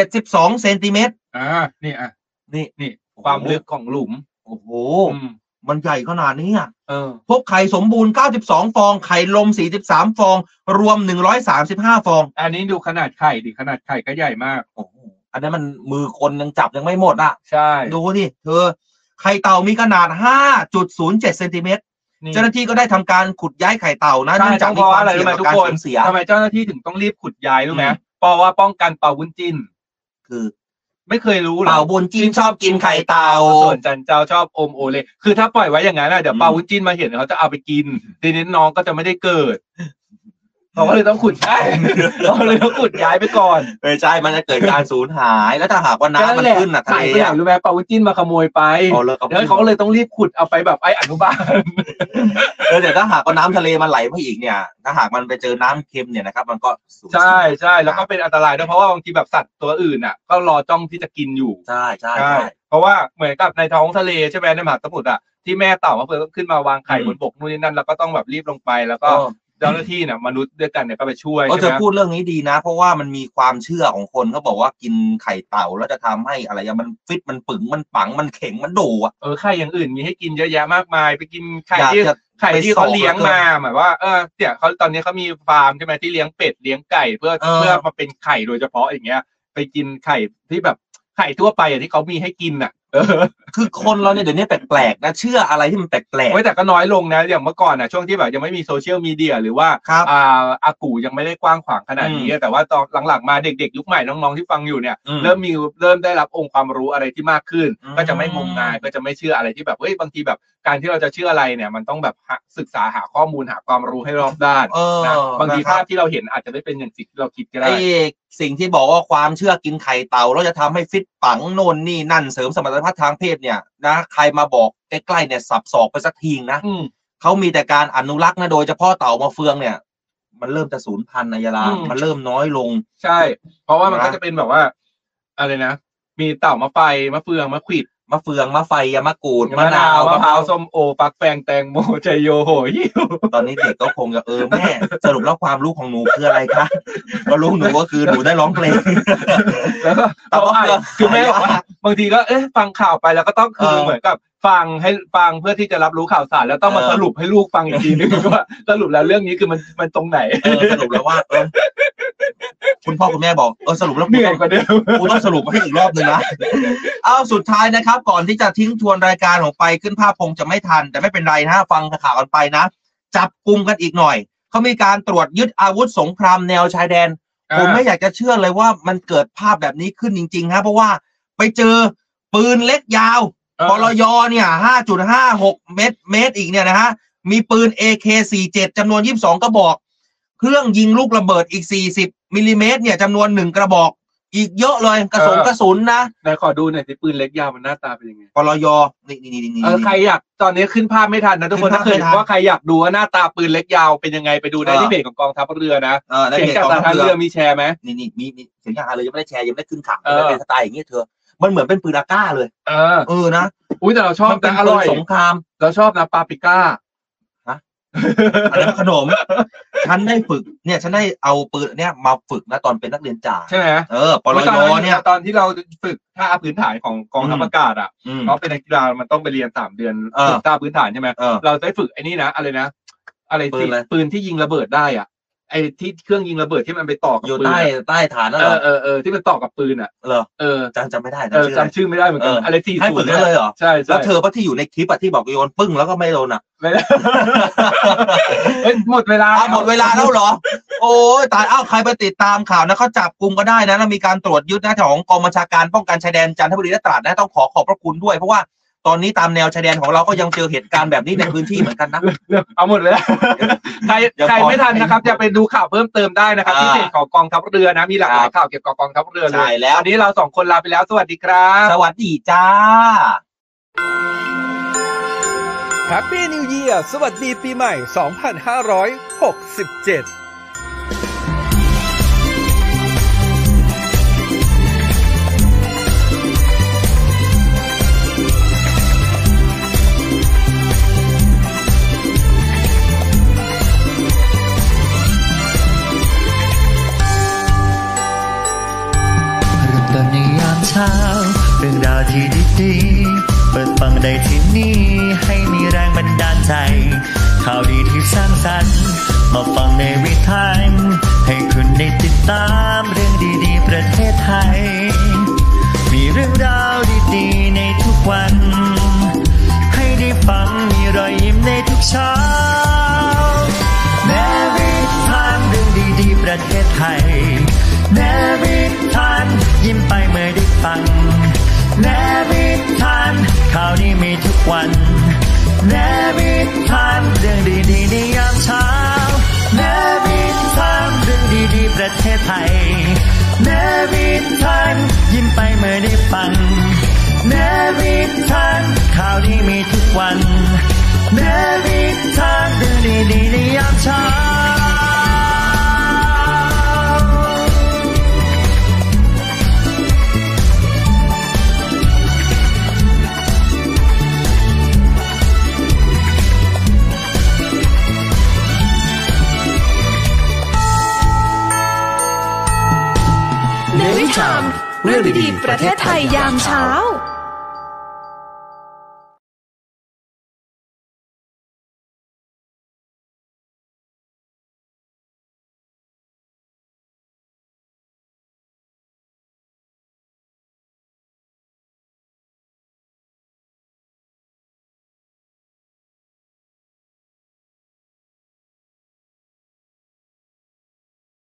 72เซนติเมตรนี่ความลึกของหลุมโอ้โหมันใหญ่ขนาดนี้อ่ะพบไข่สมบูรณ์92ฟองไข่ลม43ฟองรวม135ฟองอันนี้ดูขนาดไข่ดิขนาดไข่ก็ใหญ่มากโอ้โหอันนั้นมันมือคนยังจับยังไม่หมดอ่ะใช่ดูดิเธอไข่เต่ามีขนาด 5.07 เซนติเมตรเจ้าหน้าที่ก็ได้ทำการขุดย้ายไข่เต่านะเนื่องจากมีความเสี่ยงต่อการสูญเสียทำไมเจ้าหน้าที่ถึงต้องรีบขุดย้ายรู้ไหมเพราะว่าป้องกันเป่าวุ้นจินคือไม่เคยรู้หรอเป่าบุญจิ้นชอบกินไข่เต่าส่วนจันเจ้าชอบอมโอเล่คือถ้าปล่อยไว้อย่างนั้นเดี๋ยวเป่าบุญจิ้นมาเห็นเขาจะเอาไปกินทีนี้น้องก็จะไม่ได้เกิดเขาก็เลยต้องขุดย้ายเขาเลยต้องขุดย้ายไปก่อนไม่ใช่มันจะเกิดการสูญหายแล้วถ้าหากว่าน้ำมันขึ้นทะเลรู้ไหมเป่าบุญจิ้นมาขโมยไปแล้วเขาก็เลยต้องรีบขุดเอาไปแบบไอ้อนุบาลเดี๋ยวถ้าหากว่าน้ำทะเลมันไหลมาอีกเนี่ยถ้าหากมันไปเจอน้ำเค็มเนี่ยนะครับมันก็ใช่แล้วก็เป็นอันตรายด้วยเพราะว่าบางทีแบบสัตว์ตัวอื่นอ่ะก็รอจ้องที่จะกินอยู่ใช่เพราะว่าเหมือนกับในท้องทะเลใช่ไหมในมหาสมุทรอ่ะที่แม่เต่ามาเพิ่งขึ้นมาวางไข่บนบกนู่นนี่นั่นแล้วก็ต้องแบบรีบลงไปแล้วก็เจ้าหน้าที่เนี่ยมนุษย์ด้วยกันเนี่ยก็ไปช่วยก็จะพูดเรื่องนี้ดีนะเพราะว่ามันมีความเชื่อของคนเขาบอกว่ากินไข่เต่าแล้วจะทำให้อะไรมันฟิตมันปึงมันปังมันเข่งมันโดอ่ะไข่อย่างอื่นมีให้กินเยอะแยะมากมายไปกินไข่ที่เขาเลี้ยงมาหมายว่าเนี่ยเขาตอนนี้เขามีฟาร์มใช่ไหมที่เลี้ยงเป็ดเลี้ยงไก่เพื่อมาเป็นไข่โดยเฉพาะอย่างเงี้ยไปกินไข่ที่แบบไข่ทั่วไปที่เขามีให้กินอ่ะคือคนเราเนี่ยเดี๋ยวนี้แปลกๆนะเชื่ออะไรที่มันแปลกๆไม่แต่ก็น้อยลงนะอย่างเมื่อก่อนช่วงที่แบบยังไม่มีโซเชียลมีเดียหรือว่าอากูยังไม่ได้กว้างขวางขนาดนี้แต่ว่าตอนหลังๆมาเด็กๆยุคใหม่น้องๆที่ฟังอยู่เนี่ยเริ่มได้รับองค์ความรู้อะไรที่มากขึ้นก็จะไม่งมงายก็จะไม่เชื่ออะไรที่แบบบางทีแบบการที่เราจะเชื่ออะไรเนี่ยมันต้องแบบศึกษาหาข้อมูลหาความรู้ให้รอบด้านนะบางทีภาพที่เราเห็นอาจจะไม่เป็นอย่างสิ่งที่เราคิดก็ได้สิ่งที่บอกว่าความเชื่อกินไข่เต่าแล้วจะทำให้ฟิตปังโน่นนี่นั่นเสริมสมรรถภาพทางเพศเนี่ยนะใครมาบอกใกล้ๆเนี่ยสับสอกไปสักทีนะเขามีแต่การอนุรักษ์นะโดยเฉพาะเต่ามะเฟืองเนี่ยมันเริ่มจะสูญพันธุ์นายลามันเริ่มน้อยลงใช่เพราะว่ามันก็จะเป็นแบบว่าอะไรนะมีเต่ามะไฟมะเฟืองมะขวิดมะเฟืองมะไฟยามะกรูดมะนาวมะพร้าวส้มโอฟักแฟงแตงโมใจโยโหยิวตอนนี้เด็กก็คงจะแม่สรุปแล้วความรู้ของหนูคืออะไรคะก็รู้หนูก็คือหนูได้ร้องเพลงแล้วก็คือแม่บอกว่าบางทีก็ฟังข่าวไปแล้วก็ต้องคือเหมือนกับฟังเพื่อที่จะรับรู้ข่าวสารแล้วต้องมาสรุปให้ลูกฟังอีกทีนึงว่าสรุปแล้วเรื่องนี้คือมันตรงไหนสรุปแล้วว่าคุณพ่อคุณแม่บอกสรุปแล้วเหนื่อยกว่าเดิมกูต้องสรุปให้อีกรอบนึงนะเอาสุดท้ายนะครับก่อนที่จะทิ้งทวนรายการออกไปขึ้นภาพคงจะไม่ทันแต่ไม่เป็นไรนะฟังข่าวกันไปนะจับกุมกันอีกหน่อยเขามีการตรวจยึดอาวุธสงครามแนวชายแดนผมไม่อยากจะเชื่อเลยว่ามันเกิดภาพแบบนี้ขึ้นจริงๆฮะเพราะว่าไปเจอปืนเล็กยาวปลยเนี่ย 5.56 เมตรอีกเนี่ยนะฮะมีปืน AK47 จำนวน22กระบอกเครื่องยิงลูกระเบิดอีก40มิลลิเมตรเนี่ยจำนวน1กระบอกอีกเยอะเลยกระสุนนะไหนขอดูหน่อยสิปืนเล็กยาวมันหน้าตาเป็นยังไงปลยนี่ใครอยากตอนนี้ขึ้นภาพไม่ทันนะทุกคนถ้าเกิดว่าใครอยากดูว่าหน้าตาปืนเล็กยาวเป็นยังไงไปดูได้ที่เพจของกองทัพเรือนะเสียงจากทหารเรือมีแชร์ไหมนี่มีเสียงจากทหารเรือยังไม่ได้แชร์ยังไม่ได้ขึ้นข่าวเป็นสไตล์อย่างนี้เธอมันเหมือนเป็นปืนอากาศเลยนะอุ้ยแต่เราชอบแต่อร่อยสงครามเราชอบนะปาปิก้าอันนั้นขนมฉันได้ฝึกเนี่ยฉันได้เอาปืนเนี่ยมาฝึกนะตอนเป็นนักเรียนจ่าใช่ไหมปลยเนี่ยตอนที่เราฝึกท่าพื้นฐานของกองทัพอากาศอ่ะเพราะเป็นนักกีฬามันต้องไปเรียน3 เดือนฝึกท่าพื้นฐานใช่ไหมเราได้ฝึกไอ้นี่นะอะไรนะอะไรปืนที่ยิงระเบิดได้อ่ะไอ้ที่เครื่องยิงระเบิดที่มันไปต่อกับปืนอยู่ใต้ฐานนั่นเหรอที่มันต่อกับปืนอ่ะเหรอจำไม่ได้จำชื่อไม่ได้เหมือนกันอะไร40 ให้ฝึกเลยเหรอใช่แล้วเธอป่ะที่อยู่ในคลิปที่บอกโยนปึ้งแล้วก็ไม่โดนอ่ะไม่ได้หมดเวลาแล้วเหรอโอ้ยตายใครไปติดตามข่าวนะเขาจับกุมก็ได้นะแล้วมีการตรวจยึดนะของกองบัญชาการป้องกันชายแดนจันทบุรีและตราดนะต้องขอบพระคุณด้วยเพราะว่าตอนนี้ตามแนวชายแดนของเราก็ยังเจอเหตุการณ์แบบนี้ในพื้นที่เหมือนกันนะเอาหมดเลยใครไม่ทันนะครับจะไปดูข่าวเพิ่มเติมได้นะครับที่เพจของกองทัพเรือนะมีหลากหลายข่าวเกี่ยวกับกองทัพเรือเลยแล้ววันนี้เรา2 คนลาไปแล้วสวัสดีครับสวัสดีจ้า Happy New Year สวัสดีปีใหม่ 2567 ในยามเช้าเรื่องราวที่ดีๆเปิดฟังได้ที่นี่ให้มีแรงบันดาลใจข่าวดีที่สร้างสรรค์มาฟังในวิถีให้คุณได้ติดตามเรื่องดีๆประเทศไทยมีเรื่องราวดีๆในทุกวันให้ได้ฟังมีรอยยิ้มในทุกเช้าในวิถีเรื่องดีๆประเทศไทยเนวิทานยิ้มไปเมื่อได้ฟังเนวิทานข่าวนี้มีทุกวันเนวิทานเรื่องดีๆในยามเช้าเนวิทานเรื่องดีๆประเทศไทยเนวิทานยิ้มไปเมื่อได้ฟังเนวิทานข่าวนี้มีทุกวันเนวิทานเรื่องดีๆในยามเช้าเนวิชามเรื่องดีๆประเทศไทยยามเช้า